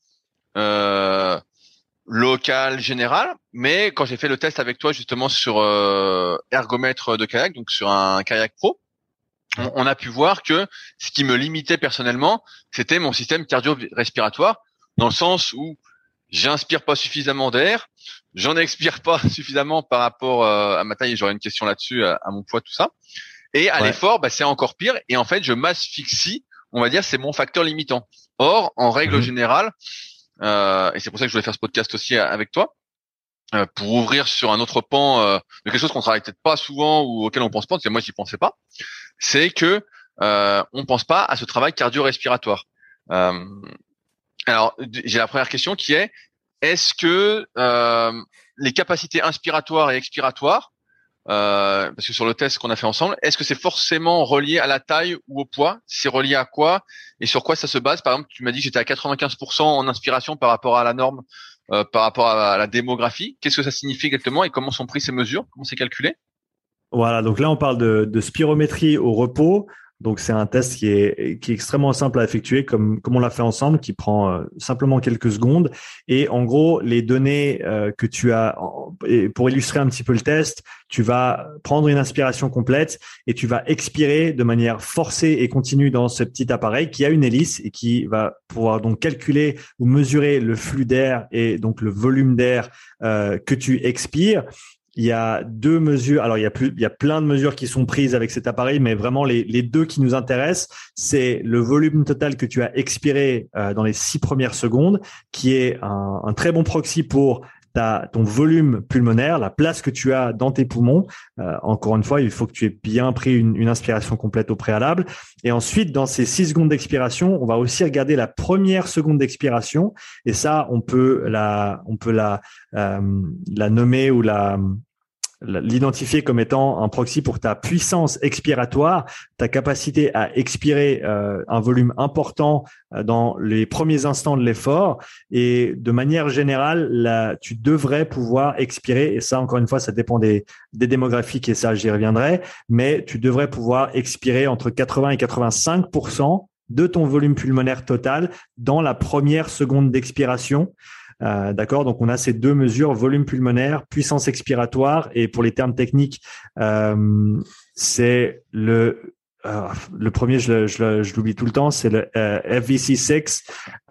local, général, mais quand j'ai fait le test avec toi justement sur ergomètre de kayak, donc sur un kayak pro, on a pu voir que ce qui me limitait personnellement, c'était mon système cardio-respiratoire, dans le sens où j'inspire pas suffisamment d'air, j'en expire pas suffisamment par rapport à ma taille, et j'aurais une question là-dessus, à mon poids, tout ça. Et à l'effort, c'est encore pire, et en fait, je m'asphyxie, on va dire, c'est mon facteur limitant. Or, en règle générale, et c'est pour ça que je voulais faire ce podcast aussi avec toi, pour ouvrir sur un autre pan de quelque chose qu'on travaille peut-être pas souvent ou auquel on pense pas, parce que moi j'y pensais pas, c'est que on pense pas à ce travail cardio-respiratoire. Alors j'ai la première question qui est: est-ce que les capacités inspiratoires et expiratoires, parce que sur le test qu'on a fait ensemble, est-ce que c'est forcément relié à la taille ou au poids? C'est relié à quoi et sur quoi ça se base? Par exemple, tu m'as dit que j'étais à 95% en inspiration par rapport à la norme, par rapport à la démographie. Qu'est-ce que ça signifie exactement et comment sont prises ces mesures? Comment c'est calculé? Voilà, donc là on parle de spirométrie au repos. Donc c'est un test qui est extrêmement simple à effectuer, comme on l'a fait ensemble, qui prend simplement quelques secondes. Et en gros, les données que tu as, et pour illustrer un petit peu le test, tu vas prendre une inspiration complète et tu vas expirer de manière forcée et continue dans ce petit appareil qui a une hélice et qui va pouvoir donc calculer ou mesurer le flux d'air et donc le volume d'air que tu expires. il y a 2 mesures. Alors, il y a plein de mesures qui sont prises avec cet appareil, mais vraiment les 2 qui nous intéressent, c'est le volume total que tu as expiré dans les 6 premières secondes, qui est un très bon proxy pour ton volume pulmonaire, la place que tu as dans tes poumons. Encore une fois, il faut que tu aies bien pris une inspiration complète au préalable. Et ensuite, dans ces 6 secondes d'expiration, on va aussi regarder la première seconde d'expiration. Et ça, on peut la nommer ou l'identifier comme étant un proxy pour ta puissance expiratoire, ta capacité à expirer un volume important dans les premiers instants de l'effort. Et de manière générale, tu devrais pouvoir expirer, et ça, encore une fois, ça dépend des démographiques, et ça, j'y reviendrai, mais tu devrais pouvoir expirer entre 80 et 85% de ton volume pulmonaire total dans la première seconde d'expiration. D'accord, donc on a ces 2 mesures, volume pulmonaire, puissance expiratoire, et pour les termes techniques, c'est le premier, je l'oublie tout le temps, c'est le FVC6.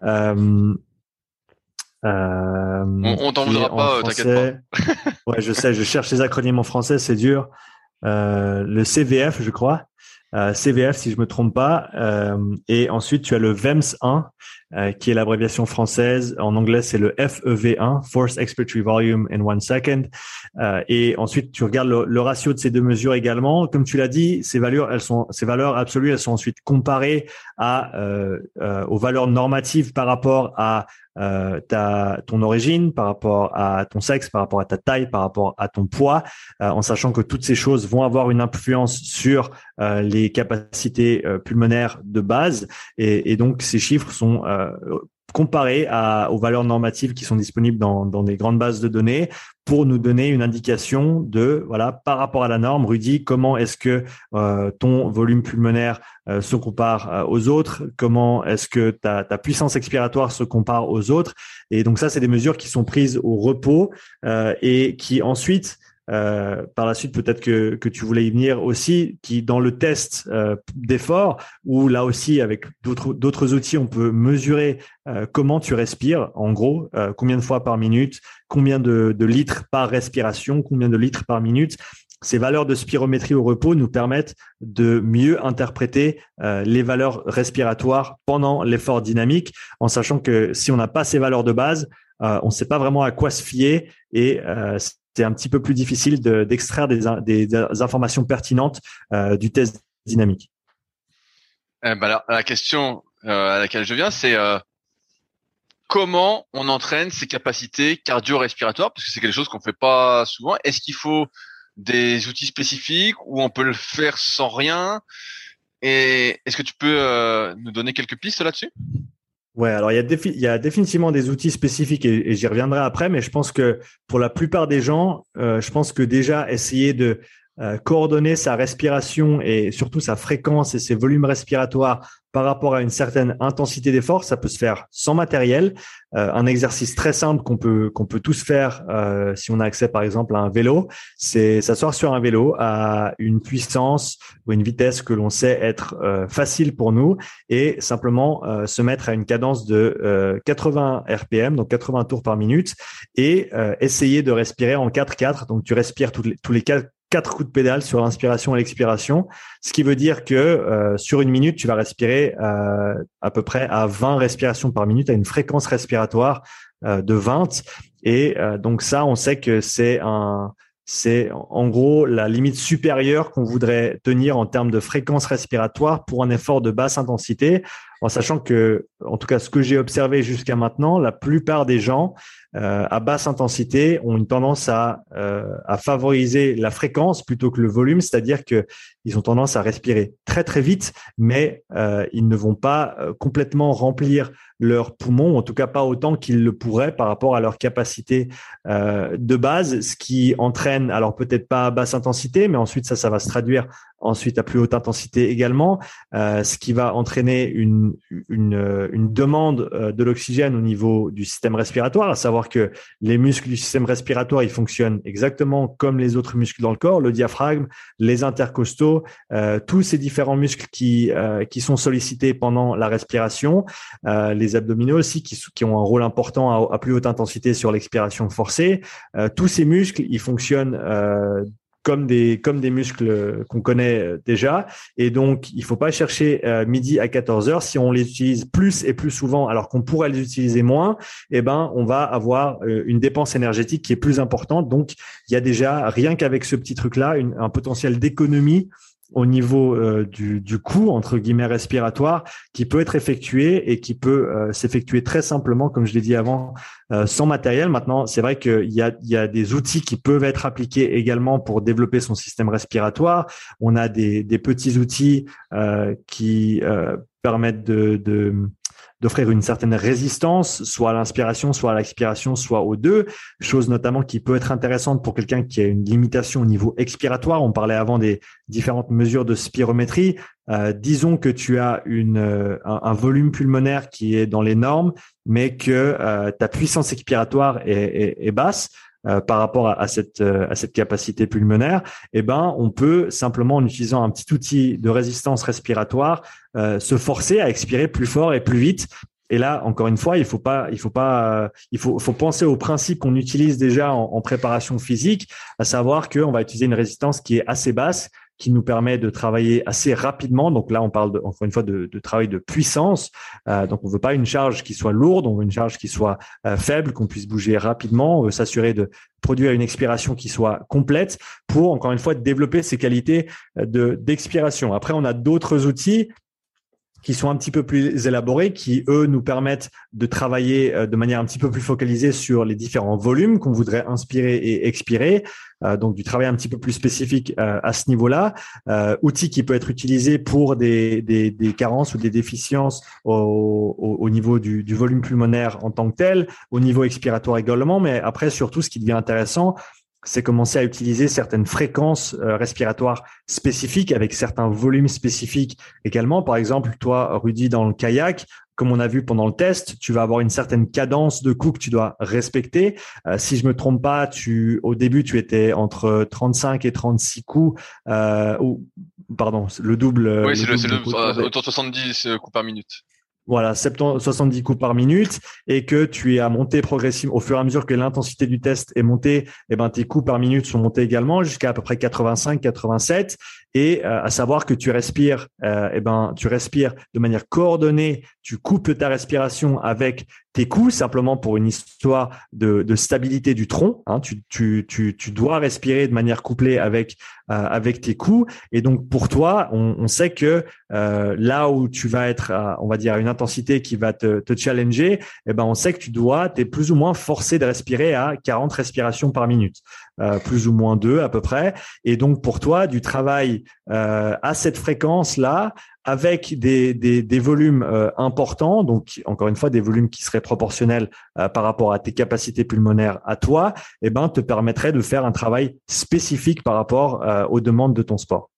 On t'en voudra pas, t'inquiète pas. Ouais, je sais, je cherche les acronymes en français, c'est dur. Le CVF, je crois. CVF si je me trompe pas, et ensuite tu as le VEMS1 qui est l'abréviation française. En anglais c'est le FEV1, Forced Expiratory Volume in 1 second, et ensuite tu regardes le ratio de ces 2 mesures également. Comme tu l'as dit, ces valeurs absolues, elles sont ensuite comparées aux valeurs normatives par rapport à ton origine, par rapport à ton sexe, par rapport à ta taille, par rapport à ton poids, en sachant que toutes ces choses vont avoir une influence sur les capacités pulmonaires de base, et donc ces chiffres sont comparés aux valeurs normatives qui sont disponibles dans des grandes bases de données pour nous donner une indication de, voilà, par rapport à la norme, Rudy, comment est-ce que ton volume pulmonaire se compare aux autres, comment est-ce que ta puissance expiratoire se compare aux autres. Et donc ça, c'est des mesures qui sont prises au repos et qui ensuite, par la suite, peut-être que tu voulais y venir aussi, qui dans le test d'effort, où là aussi avec d'autres outils, on peut mesurer comment tu respires, en gros, combien de fois par minute, combien de litres par respiration, combien de litres par minute. Ces valeurs de spirométrie au repos nous permettent de mieux interpréter les valeurs respiratoires pendant l'effort dynamique, en sachant que si on n'a pas ces valeurs de base, on ne sait pas vraiment à quoi se fier, et c'est un petit peu plus difficile d'extraire des informations pertinentes du test dynamique. La question à laquelle je viens, c'est comment on entraîne ses capacités cardio-respiratoires, parce que c'est quelque chose qu'on fait pas souvent. Est-ce qu'il faut des outils spécifiques ou on peut le faire sans rien? Et est-ce que tu peux nous donner quelques pistes là-dessus? Ouais, alors il y a définitivement des outils spécifiques, et j'y reviendrai après, mais je pense que pour la plupart des gens, je pense que déjà essayer de coordonner sa respiration et surtout sa fréquence et ses volumes respiratoires par rapport à une certaine intensité d'effort, ça peut se faire sans matériel. Un exercice très simple qu'on peut tous faire si on a accès par exemple à un vélo, c'est s'asseoir sur un vélo à une puissance ou une vitesse que l'on sait être facile pour nous, et simplement se mettre à une cadence de 80 RPM, donc 80 tours par minute, et essayer de respirer en 4-4. Donc tu respires tous les 4 coups de pédale sur l'inspiration et l'expiration, ce qui veut dire que sur une minute, tu vas respirer à peu près à 20 respirations par minute, à une fréquence respiratoire de 20. Et donc ça, on sait que c'est en gros la limite supérieure qu'on voudrait tenir en termes de fréquence respiratoire pour un effort de basse intensité, en sachant que, en tout cas, ce que j'ai observé jusqu'à maintenant, la plupart des gens à basse intensité ont une tendance à favoriser la fréquence plutôt que le volume, c'est-à-dire que ils ont tendance à respirer très très vite, mais ils ne vont pas complètement remplir leurs poumons, en tout cas pas autant qu'ils le pourraient par rapport à leur capacité de base, ce qui entraîne, alors peut-être pas à basse intensité, mais ensuite ça va se traduire ensuite à plus haute intensité également, ce qui va entraîner une une demande de l'oxygène au niveau du système respiratoire, à savoir que les muscles du système respiratoire, ils fonctionnent exactement comme les autres muscles dans le corps, le diaphragme, les intercostaux, tous ces différents muscles qui sont sollicités pendant la respiration, les abdominaux aussi qui ont un rôle important à plus haute intensité sur l'expiration forcée. Tous ces muscles, ils fonctionnent comme des muscles qu'on connaît déjà. Et donc, il faut pas chercher midi à 14 heures. Si on les utilise plus et plus souvent, alors qu'on pourrait les utiliser moins, eh ben, on va avoir une dépense énergétique qui est plus importante. Donc, il y a déjà, rien qu'avec ce petit truc-là, un potentiel d'économie au niveau du coût, entre guillemets, respiratoire, qui peut être effectué et qui peut s'effectuer très simplement, comme je l'ai dit avant, sans matériel. Maintenant, c'est vrai qu'il y a des outils qui peuvent être appliqués également pour développer son système respiratoire. On a des petits outils qui permettent d'offrir une certaine résistance, soit à l'inspiration, soit à l'expiration, soit aux deux. Chose notamment qui peut être intéressante pour quelqu'un qui a une limitation au niveau expiratoire. On parlait avant des différentes mesures de spirométrie. Disons que tu as un volume pulmonaire qui est dans les normes, mais que ta puissance expiratoire est basse. Par rapport à cette capacité pulmonaire, eh ben, on peut simplement, en utilisant un petit outil de résistance respiratoire, se forcer à expirer plus fort et plus vite. Et là, encore une fois, il faut penser au principe qu'on utilise déjà en préparation physique, à savoir qu'on va utiliser une résistance qui est assez basse, qui nous permet de travailler assez rapidement. Donc là, on parle encore une fois de travail de puissance. Donc on veut pas une charge qui soit lourde, on veut une charge qui soit faible, qu'on puisse bouger rapidement. On veut s'assurer de produire une expiration qui soit complète pour, encore une fois, développer ces qualités d'expiration. Après, on a d'autres outils qui sont un petit peu plus élaborés, qui, eux, nous permettent de travailler de manière un petit peu plus focalisée sur les différents volumes qu'on voudrait inspirer et expirer. Donc, du travail un petit peu plus spécifique à ce niveau-là. Outil qui peut être utilisé pour des carences ou des déficiences au niveau du volume pulmonaire en tant que tel, au niveau expiratoire également. Mais après, surtout, ce qui devient intéressant, c'est commencer à utiliser certaines fréquences respiratoires spécifiques avec certains volumes spécifiques également. Par exemple, toi, Rudy, dans le kayak, comme on a vu pendant le test, tu vas avoir une certaine cadence de coups que tu dois respecter. Si je me trompe pas, au début, tu étais entre 35 et 36 coups, pardon, le double. Oui, c'est autour de 70 coups par minute. Voilà, 70 coups par minute, et que tu as monté progressivement au fur et à mesure que l'intensité du test est montée, eh ben tes coups par minute sont montés également jusqu'à peu près 85, 87, et à savoir que tu respires, tu respires de manière coordonnée, tu couples ta respiration avec tes coups simplement pour une histoire de stabilité du tronc. Hein, tu dois respirer de manière couplée avec tes coups, et donc pour toi, on sait que là où tu vas être, on va dire, à une intensité qui va te challenger, eh ben on sait que t'es plus ou moins forcé de respirer à 40 respirations par minute, plus ou moins 2 à peu près. Et donc pour toi, du travail à cette fréquence-là, avec des volumes importants, donc encore une fois des volumes qui seraient proportionnels par rapport à tes capacités pulmonaires à toi, eh ben te permettrait de faire un travail spécifique par rapport aux demandes de ton sport.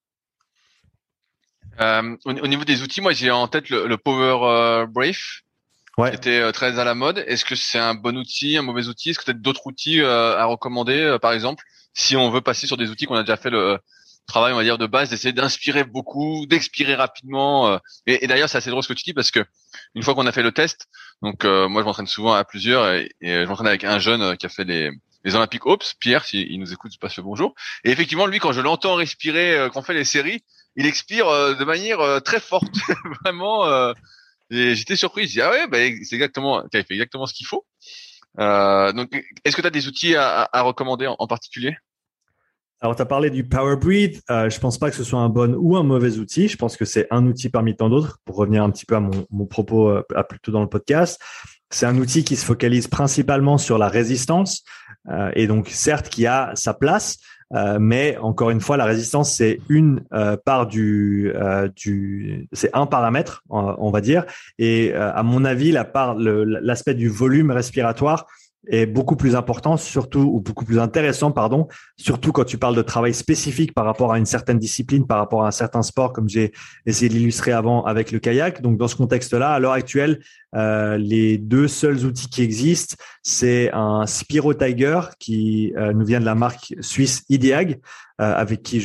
Au niveau des outils, moi j'ai en tête le Power Brief, ouais, qui était très à la mode. Est-ce que c'est un bon outil, un mauvais outil? Est-ce que tu as d'autres outils à recommander, par exemple, si on veut passer sur des outils qu'on a déjà fait le travail, on va dire, de base, d'essayer d'inspirer beaucoup, d'expirer rapidement. Et d'ailleurs, c'est assez drôle ce que tu dis, parce que une fois qu'on a fait le test, donc moi je m'entraîne souvent à plusieurs, et je m'entraîne avec un jeune qui a fait les Olympiques Ops, Pierre, s'il nous écoute, je passe le bonjour. Et effectivement, lui, quand je l'entends respirer, quand on fait les séries, il expire de manière très forte, vraiment. Et j'étais surpris. Je dis, ah ouais, c'est exactement, il fait exactement ce qu'il faut. Donc, est-ce que tu as des outils à recommander en particulier? Alors, tu as parlé du Power Breathe. Je pense pas que ce soit un bon ou un mauvais outil. Je pense que c'est un outil parmi tant d'autres. Pour revenir un petit peu à mon propos plus tôt dans le podcast, c'est un outil qui se focalise principalement sur la résistance, et donc certes qui a sa place, mais encore une fois, la résistance c'est une part c'est un paramètre, on va dire. Et à mon avis, l'aspect du volume respiratoire est beaucoup plus important, surtout, ou beaucoup plus intéressant, pardon, surtout quand tu parles de travail spécifique par rapport à une certaine discipline, par rapport à un certain sport, comme j'ai essayé de l'illustrer avant avec le kayak. Donc, dans ce contexte-là, à l'heure actuelle, les deux seuls outils qui existent, c'est un Spiro Tiger qui nous vient de la marque suisse Ideag, avec qui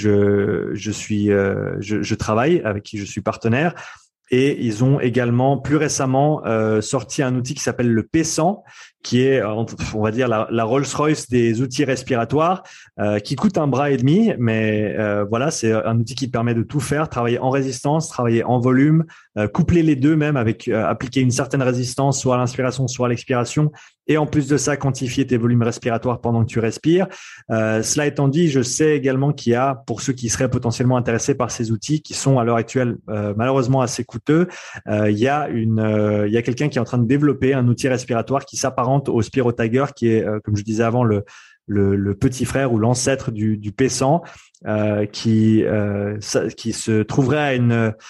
je travaille, avec qui je suis partenaire. Et ils ont également plus récemment sorti un outil qui s'appelle le P100, qui est, on va dire, la Rolls-Royce des outils respiratoires, qui coûte un bras et demi, mais voilà, c'est un outil qui te permet de tout faire, travailler en résistance, travailler en volume, coupler les deux même avec appliquer une certaine résistance, soit à l'inspiration, soit à l'expiration, et en plus de ça, quantifier tes volumes respiratoires pendant que tu respires. Cela étant dit, je sais également qu'il y a, pour ceux qui seraient potentiellement intéressés par ces outils, qui sont à l'heure actuelle malheureusement assez coûteux, il y a quelqu'un qui est en train de développer un outil respiratoire qui s'apparente au Spiro Tiger, qui est, comme je disais avant, le petit frère ou l'ancêtre du P100, qui se trouverait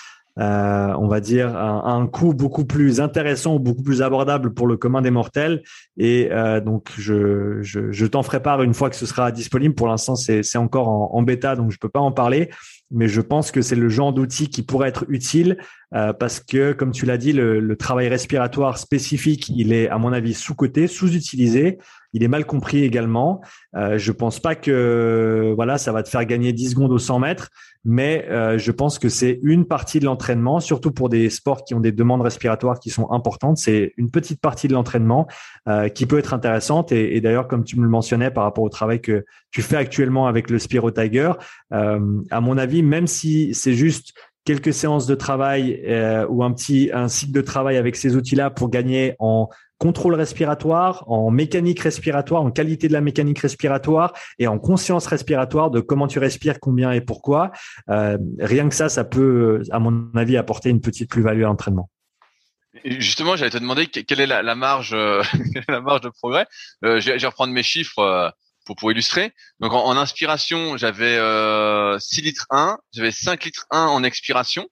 à on va dire, un coût beaucoup plus intéressant ou beaucoup plus abordable pour le commun des mortels. Et donc, je t'en ferai part une fois que ce sera disponible. Pour l'instant, c'est encore en bêta, donc je peux pas en parler. Mais je pense que c'est le genre d'outil qui pourrait être utile parce que, comme tu l'as dit, le travail respiratoire spécifique, il est, à mon avis, sous-coté, sous-utilisé. Il est mal compris également. Je pense pas que voilà, ça va te faire gagner 10 secondes au 100 mètres, mais je pense que c'est une partie de l'entraînement, surtout pour des sports qui ont des demandes respiratoires qui sont importantes. C'est une petite partie de l'entraînement qui peut être intéressante. Et d'ailleurs, comme tu me le mentionnais par rapport au travail que tu fais actuellement avec le Spiro Tiger, à mon avis, même si c'est juste quelques séances de travail ou un cycle de travail avec ces outils-là pour gagner en contrôle respiratoire, en mécanique respiratoire, en qualité de la mécanique respiratoire et en conscience respiratoire de comment tu respires, combien et pourquoi. Rien que ça peut, à mon avis, apporter une petite plus-value à l'entraînement. Et justement, j'allais te demander quelle est la marge, la marge de progrès. Je vais reprendre mes chiffres pour illustrer. Donc en inspiration, j'avais 6 litres 1, j'avais 5 litres 1 en expiration.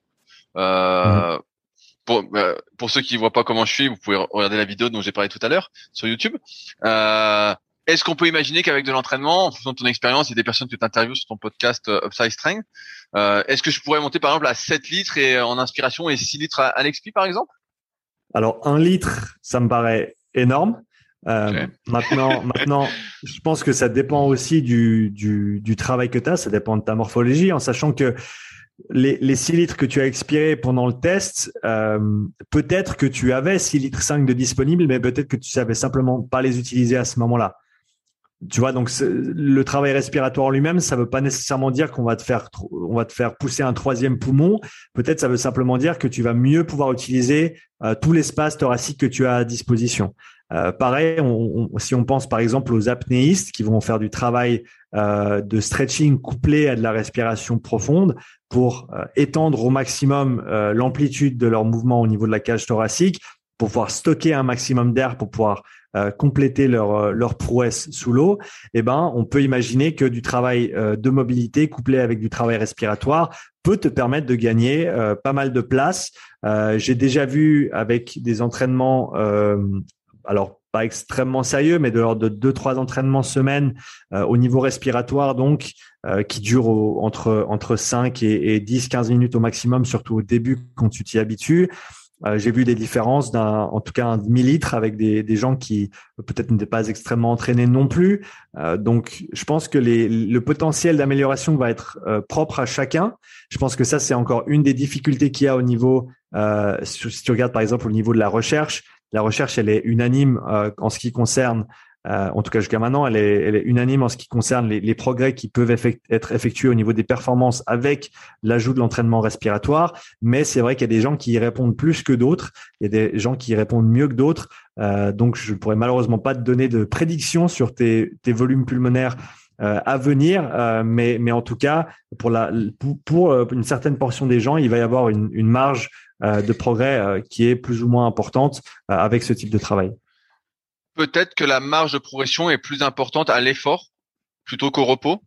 Pour ceux qui voient pas comment je suis, vous pouvez regarder la vidéo dont j'ai parlé tout à l'heure sur YouTube. Est-ce qu'on peut imaginer qu'avec de l'entraînement, en fonction de ton expérience et des personnes que tu interviews sur ton podcast Upside Strength, est-ce que je pourrais monter par exemple à 7 litres et en inspiration et 6 litres à l'expi par exemple? Alors 1 litre, ça me paraît énorme. Okay. Maintenant, je pense que ça dépend aussi du travail que tu as, ça dépend de ta morphologie, en sachant que les 6 litres que tu as expirés pendant le test, peut-être que tu avais 6 litres 5 de disponibles, mais peut-être que tu savais simplement pas les utiliser à ce moment-là. Tu vois, donc le travail respiratoire lui-même, ça veut pas nécessairement dire qu'on va te faire pousser un 3e poumon. Peut-être ça veut simplement dire que tu vas mieux pouvoir utiliser tout l'espace thoracique que tu as à disposition. Pareil, si on pense par exemple aux apnéistes qui vont faire du travail de stretching couplé à de la respiration profonde pour étendre au maximum l'amplitude de leur mouvement au niveau de la cage thoracique, pour pouvoir stocker un maximum d'air, pour pouvoir compléter leur prouesse sous l'eau, on peut imaginer que du travail de mobilité couplé avec du travail respiratoire peut te permettre de gagner pas mal de place. J'ai déjà vu avec des entraînements, alors pas extrêmement sérieux, mais de l'ordre de 2-3 entraînements semaine au niveau respiratoire, donc qui durent entre 5 et 10-15 minutes au maximum, surtout au début quand tu t'y habitues. J'ai vu des différences en tout cas un demi-litre avec des gens qui peut-être n'étaient pas extrêmement entraînés non plus. Donc, je pense que le potentiel d'amélioration va être propre à chacun. Je pense que ça, c'est encore une des difficultés qu'il y a au niveau, si tu regardes par exemple au niveau de la recherche, elle est unanime en ce qui concerne, en tout cas jusqu'à maintenant, elle est unanime en ce qui concerne les progrès qui peuvent être effectués au niveau des performances avec l'ajout de l'entraînement respiratoire. Mais c'est vrai qu'il y a des gens qui y répondent plus que d'autres. Il y a des gens qui y répondent mieux que d'autres. Donc, je ne pourrais malheureusement pas te donner de prédiction sur tes volumes pulmonaires à venir. Mais en tout cas, pour une certaine portion des gens, il va y avoir une marge de progrès qui est plus ou moins importante avec ce type de travail. Peut-être que la marge de progression est plus importante à l'effort plutôt qu'au repos?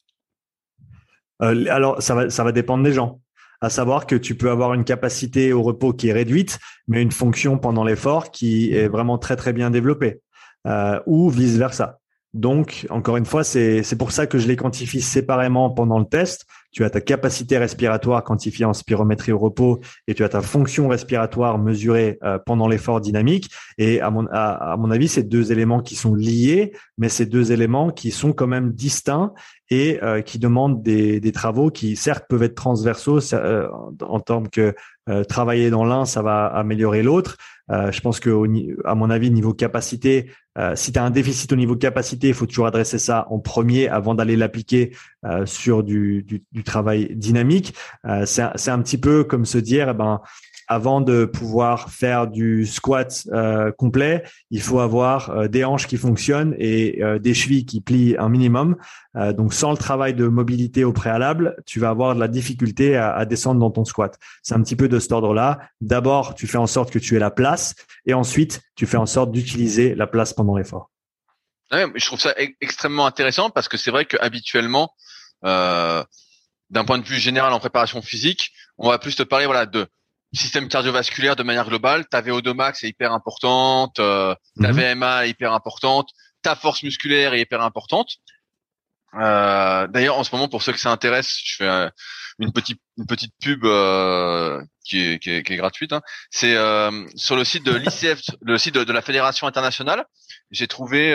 Alors, ça va dépendre des gens. À savoir que tu peux avoir une capacité au repos qui est réduite, mais une fonction pendant l'effort qui est vraiment très, très bien développée. ou vice versa. Donc, encore une fois, c'est pour ça que je les quantifie séparément pendant le test. Tu as ta capacité respiratoire quantifiée en spirométrie au repos et tu as ta fonction respiratoire mesurée pendant l'effort dynamique. Et à mon avis, c'est deux éléments qui sont liés, mais c'est deux éléments qui sont quand même distincts et qui demandent des travaux qui, certes, peuvent être transversaux en termes que travailler dans l'un, ça va améliorer l'autre. Je pense que, à mon avis, niveau capacité, si tu as un déficit au niveau capacité, il faut toujours adresser ça en premier avant d'aller l'appliquer sur du travail dynamique. C'est un petit peu comme se dire, avant de pouvoir faire du squat complet, il faut avoir des hanches qui fonctionnent et des chevilles qui plient un minimum. Donc, sans le travail de mobilité au préalable, tu vas avoir de la difficulté à descendre dans ton squat. C'est un petit peu de cet ordre-là. D'abord, tu fais en sorte que tu aies la place et ensuite, tu fais en sorte d'utiliser la place pendant l'effort. Ouais, je trouve ça extrêmement intéressant parce que c'est vrai que habituellement, d'un point de vue général en préparation physique, on va plus te parler de système cardiovasculaire de manière globale. Ta VO2 max est hyper importante, ta VMA est hyper importante, ta force musculaire est hyper importante. D'ailleurs, en ce moment, pour ceux que ça intéresse, je fais une petite pub qui est gratuite. Hein. C'est sur le site de l'ICF, le site de la Fédération internationale. J'ai trouvé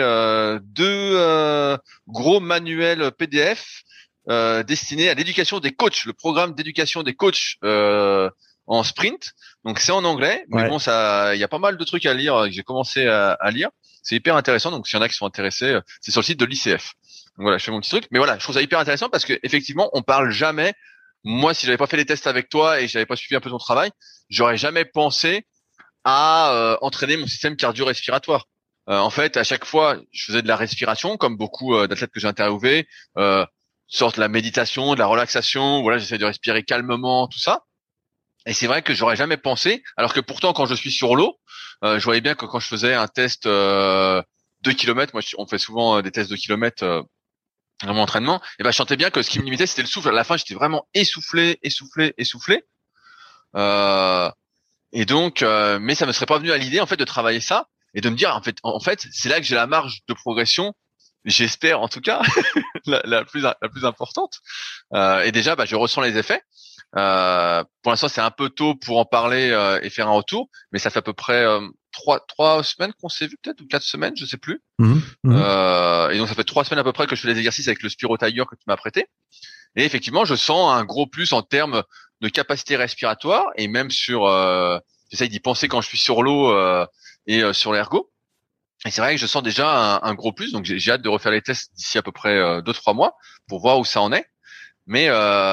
deux gros manuels PDF destinés à l'éducation des coachs, le programme d'éducation des coachs en sprint. Donc c'est en anglais, mais bon, il y a pas mal de trucs à lire que j'ai commencé à lire. C'est hyper intéressant. Donc s'il y en a qui sont intéressés, c'est sur le site de l'ICF. Donc voilà, je fais mon petit truc. Mais voilà, je trouve ça hyper intéressant parce que effectivement, on parle jamais. Moi, si j'avais pas fait les tests avec toi et j'avais pas suivi un peu ton travail, j'aurais jamais pensé à entraîner mon système cardio-respiratoire. En fait, à chaque fois, je faisais de la respiration, comme beaucoup d'athlètes que j'ai interviewés, sorte de la méditation, de la relaxation. Voilà, j'essaie de respirer calmement, tout ça. Et c'est vrai que j'aurais jamais pensé, alors que pourtant quand je suis sur l'eau, je voyais bien que quand je faisais un test 2 kilomètres, moi on fait souvent des tests 2 kilomètres dans mon entraînement, et je sentais bien que ce qui me limitait c'était le souffle. À la fin j'étais vraiment essoufflé. Et donc, mais ça me serait pas venu à l'idée en fait de travailler ça et de me dire en fait c'est là que j'ai la marge de progression. J'espère en tout cas la plus importante. Et déjà je ressens les effets. Pour l'instant, c'est un peu tôt pour en parler et faire un retour, mais ça fait à peu près 3 semaines qu'on s'est vu, peut-être, ou 4 semaines, je sais plus. Et donc ça fait 3 semaines à peu près que je fais des exercices avec le Spiro Tiger que tu m'as prêté. Et effectivement, je sens un gros plus en termes de capacité respiratoire et même sur. J'essaye d'y penser quand je suis sur l'eau et sur l'ergo. Et c'est vrai que je sens déjà un gros plus. Donc j'ai hâte de refaire les tests d'ici à peu près 2-3 mois pour voir où ça en est. Mais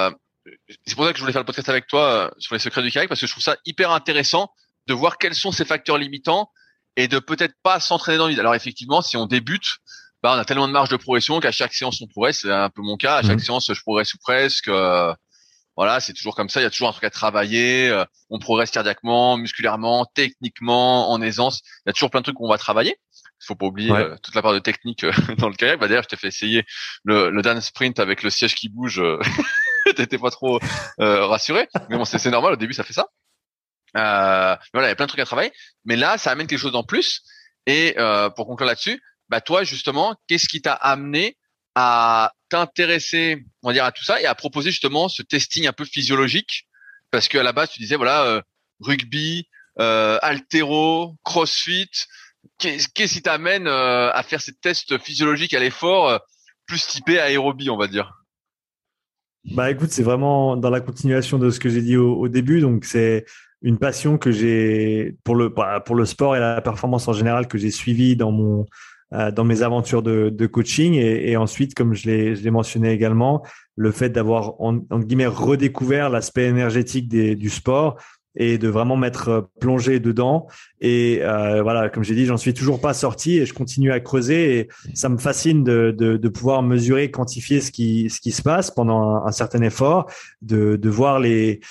c'est pour ça que je voulais faire le podcast avec toi sur les secrets du kayak, parce que je trouve ça hyper intéressant de voir quels sont ces facteurs limitants et de peut-être pas s'entraîner dans le vide. Alors effectivement, si on débute, on a tellement de marge de progression qu'à chaque séance on progresse. C'est un peu mon cas. À chaque séance, je progresse ou presque. Voilà, c'est toujours comme ça. Il y a toujours un truc à travailler. On progresse cardiaquement, musculairement, techniquement, en aisance. Il y a toujours plein de trucs qu'on va travailler. Il faut pas oublier toute la part de technique dans le kayak. D'ailleurs, je t'ai fait essayer le Dan Sprint avec le siège qui bouge. T'étais pas trop rassuré, mais bon, c'est normal. Au début, ça fait ça. Voilà, il y a plein de trucs à travailler. Mais là, ça amène quelque chose en plus. Et pour conclure là-dessus, toi justement, qu'est-ce qui t'a amené à t'intéresser, on va dire, à tout ça et à proposer justement ce testing un peu physiologique? Parce que à la base, tu disais rugby, haltéro, crossfit. Qu'est-ce qui t'amène à faire ces tests physiologiques à l'effort plus typés aérobie, on va dire? Écoute, c'est vraiment dans la continuation de ce que j'ai dit au début. Donc, c'est une passion que j'ai pour le sport et la performance en général que j'ai suivi dans mes aventures de coaching et ensuite, comme je l'ai mentionné également, le fait d'avoir entre guillemets redécouvert l'aspect énergétique du sport et de vraiment m'être plongé dedans. Et voilà, comme j'ai dit, j'en suis toujours pas sorti et je continue à creuser. Et ça me fascine de pouvoir mesurer, quantifier ce qui se passe pendant un certain effort, de voir les.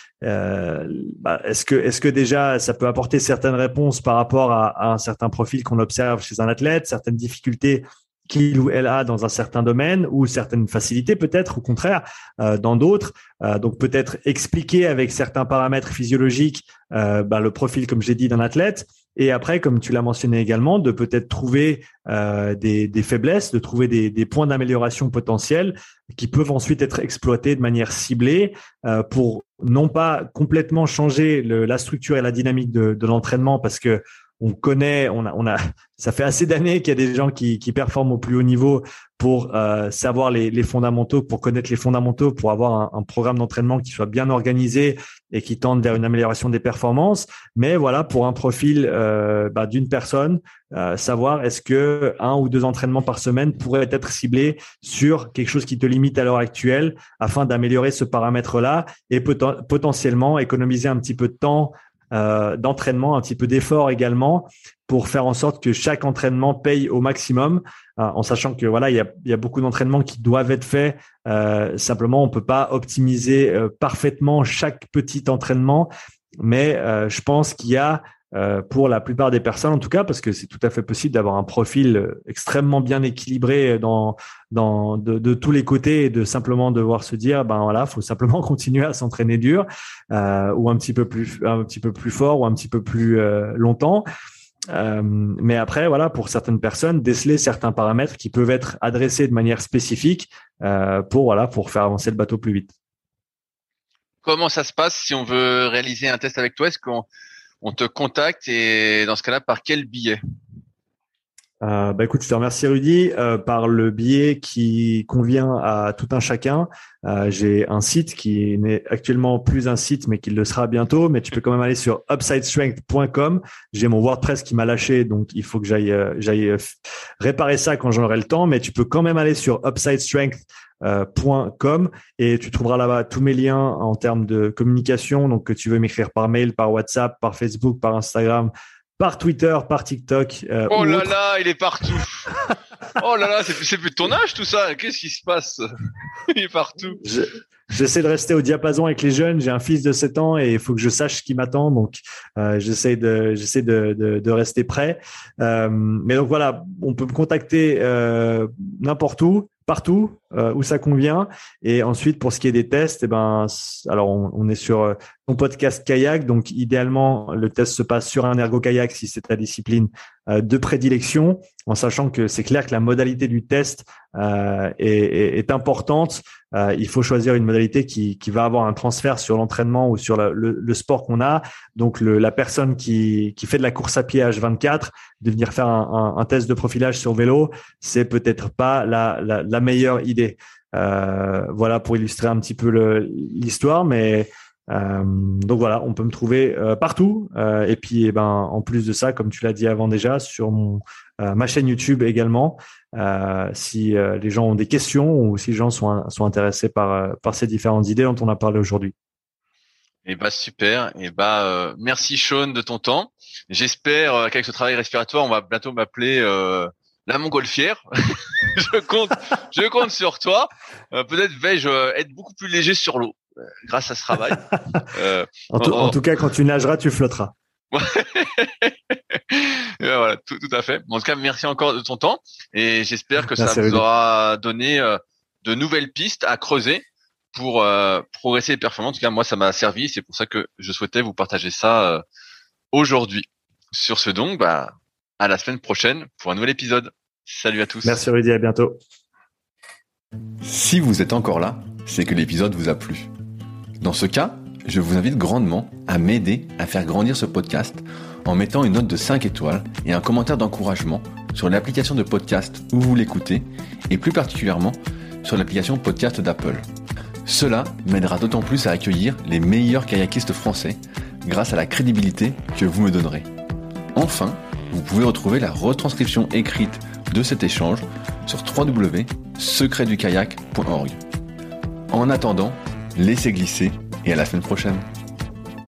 Est-ce que déjà ça peut apporter certaines réponses par rapport à un certain profil qu'on observe chez un athlète, certaines difficultés qu'il ou elle a dans un certain domaine ou certaines facilités peut-être au contraire dans d'autres. Donc peut-être expliquer avec certains paramètres physiologiques le profil, comme j'ai dit, d'un athlète. Et après, comme tu l'as mentionné également, de peut-être trouver des faiblesses, de trouver des points d'amélioration potentiels qui peuvent ensuite être exploités de manière ciblée pour non pas complètement changer la structure et la dynamique de l'entraînement, parce que on connaît, ça fait assez d'années qu'il y a des gens qui performent au plus haut niveau pour savoir les fondamentaux, pour connaître les fondamentaux, pour avoir un programme d'entraînement qui soit bien organisé et qui tende vers une amélioration des performances. Mais voilà, pour un profil d'une personne, savoir est-ce que 1 ou 2 entraînements par semaine pourraient être ciblés sur quelque chose qui te limite à l'heure actuelle afin d'améliorer ce paramètre-là et potentiellement économiser un petit peu de temps d'entraînement, un petit peu d'effort également, pour faire en sorte que chaque entraînement paye au maximum, en sachant que voilà, il y a beaucoup d'entraînements qui doivent être faits. Simplement, on peut pas optimiser parfaitement chaque petit entraînement, mais je pense qu'il y a pour la plupart des personnes, en tout cas, parce que c'est tout à fait possible d'avoir un profil extrêmement bien équilibré de tous les côtés et de simplement devoir se dire, faut simplement continuer à s'entraîner dur, ou un petit peu plus fort ou un petit peu plus longtemps. Mais après, voilà, pour certaines personnes, déceler certains paramètres qui peuvent être adressés de manière spécifique pour faire avancer le bateau plus vite. Comment ça se passe si on veut réaliser un test avec toi? Est-ce qu'on te contacte, et dans ce cas-là, par quel biais? Écoute, je te remercie Rudy. Par le biais qui convient à tout un chacun. J'ai un site qui n'est actuellement plus un site, mais qui le sera bientôt. Mais tu peux quand même aller sur upsidestrength.com. J'ai mon WordPress qui m'a lâché, donc il faut que j'aille réparer ça quand j'en aurai le temps. Mais tu peux quand même aller sur upsidestrength.com et tu trouveras là-bas tous mes liens en termes de communication. Donc que tu veux m'écrire par mail, par WhatsApp, par Facebook, par Instagram, par Twitter, par TikTok. Oh là là, il est partout. Oh là là, c'est plus de ton âge tout ça. Qu'est-ce qui se passe? Il est partout. J'essaie de rester au diapason avec les jeunes. J'ai un fils de 7 ans et il faut que je sache ce qui m'attend. Donc, j'essaie de rester prêt. Mais donc voilà, on peut me contacter n'importe où, partout où ça convient. Et ensuite, pour ce qui est des tests, alors on est sur ton podcast kayak. Donc, idéalement, le test se passe sur un ergo kayak si c'est ta discipline de prédilection, en sachant que c'est clair que la modalité du test est importante. Il faut choisir une modalité qui va avoir un transfert sur l'entraînement ou sur le sport qu'on a. Donc, la personne qui fait de la course à pied H24, de venir faire un test de profilage sur vélo, c'est peut-être pas la meilleure idée. Voilà, pour illustrer un petit peu l'histoire, mais donc voilà, on peut me trouver partout. Et puis, en plus de ça, comme tu l'as dit avant déjà, sur ma chaîne YouTube également, si les gens ont des questions ou si les gens sont intéressés par ces différentes idées dont on a parlé aujourd'hui. Super. Merci Sean de ton temps. J'espère qu'avec ce travail respiratoire, on va bientôt m'appeler la montgolfière. je compte sur toi. Peut-être vais-je être beaucoup plus léger sur l'eau grâce à ce travail. En tout cas, quand tu nageras, tu flotteras. Voilà, tout à fait. En tout cas, merci encore de ton temps et j'espère que ça vous aura donné de nouvelles pistes à creuser pour progresser les performances. En tout cas, moi, ça m'a servi. C'est pour ça que je souhaitais vous partager ça aujourd'hui. Sur ce donc, à la semaine prochaine pour un nouvel épisode. Salut à tous. Merci Rudy, à bientôt. Si vous êtes encore là, c'est que l'épisode vous a plu. Dans ce cas, je vous invite grandement à m'aider à faire grandir ce podcast en mettant une note de 5 étoiles et un commentaire d'encouragement sur l'application de podcast où vous l'écoutez et plus particulièrement sur l'application podcast d'Apple. Cela m'aidera d'autant plus à accueillir les meilleurs kayakistes français grâce à la crédibilité que vous me donnerez. Enfin, vous pouvez retrouver la retranscription écrite de cet échange sur www.secretdukayak.org. En attendant, laissez glisser et à la semaine prochaine.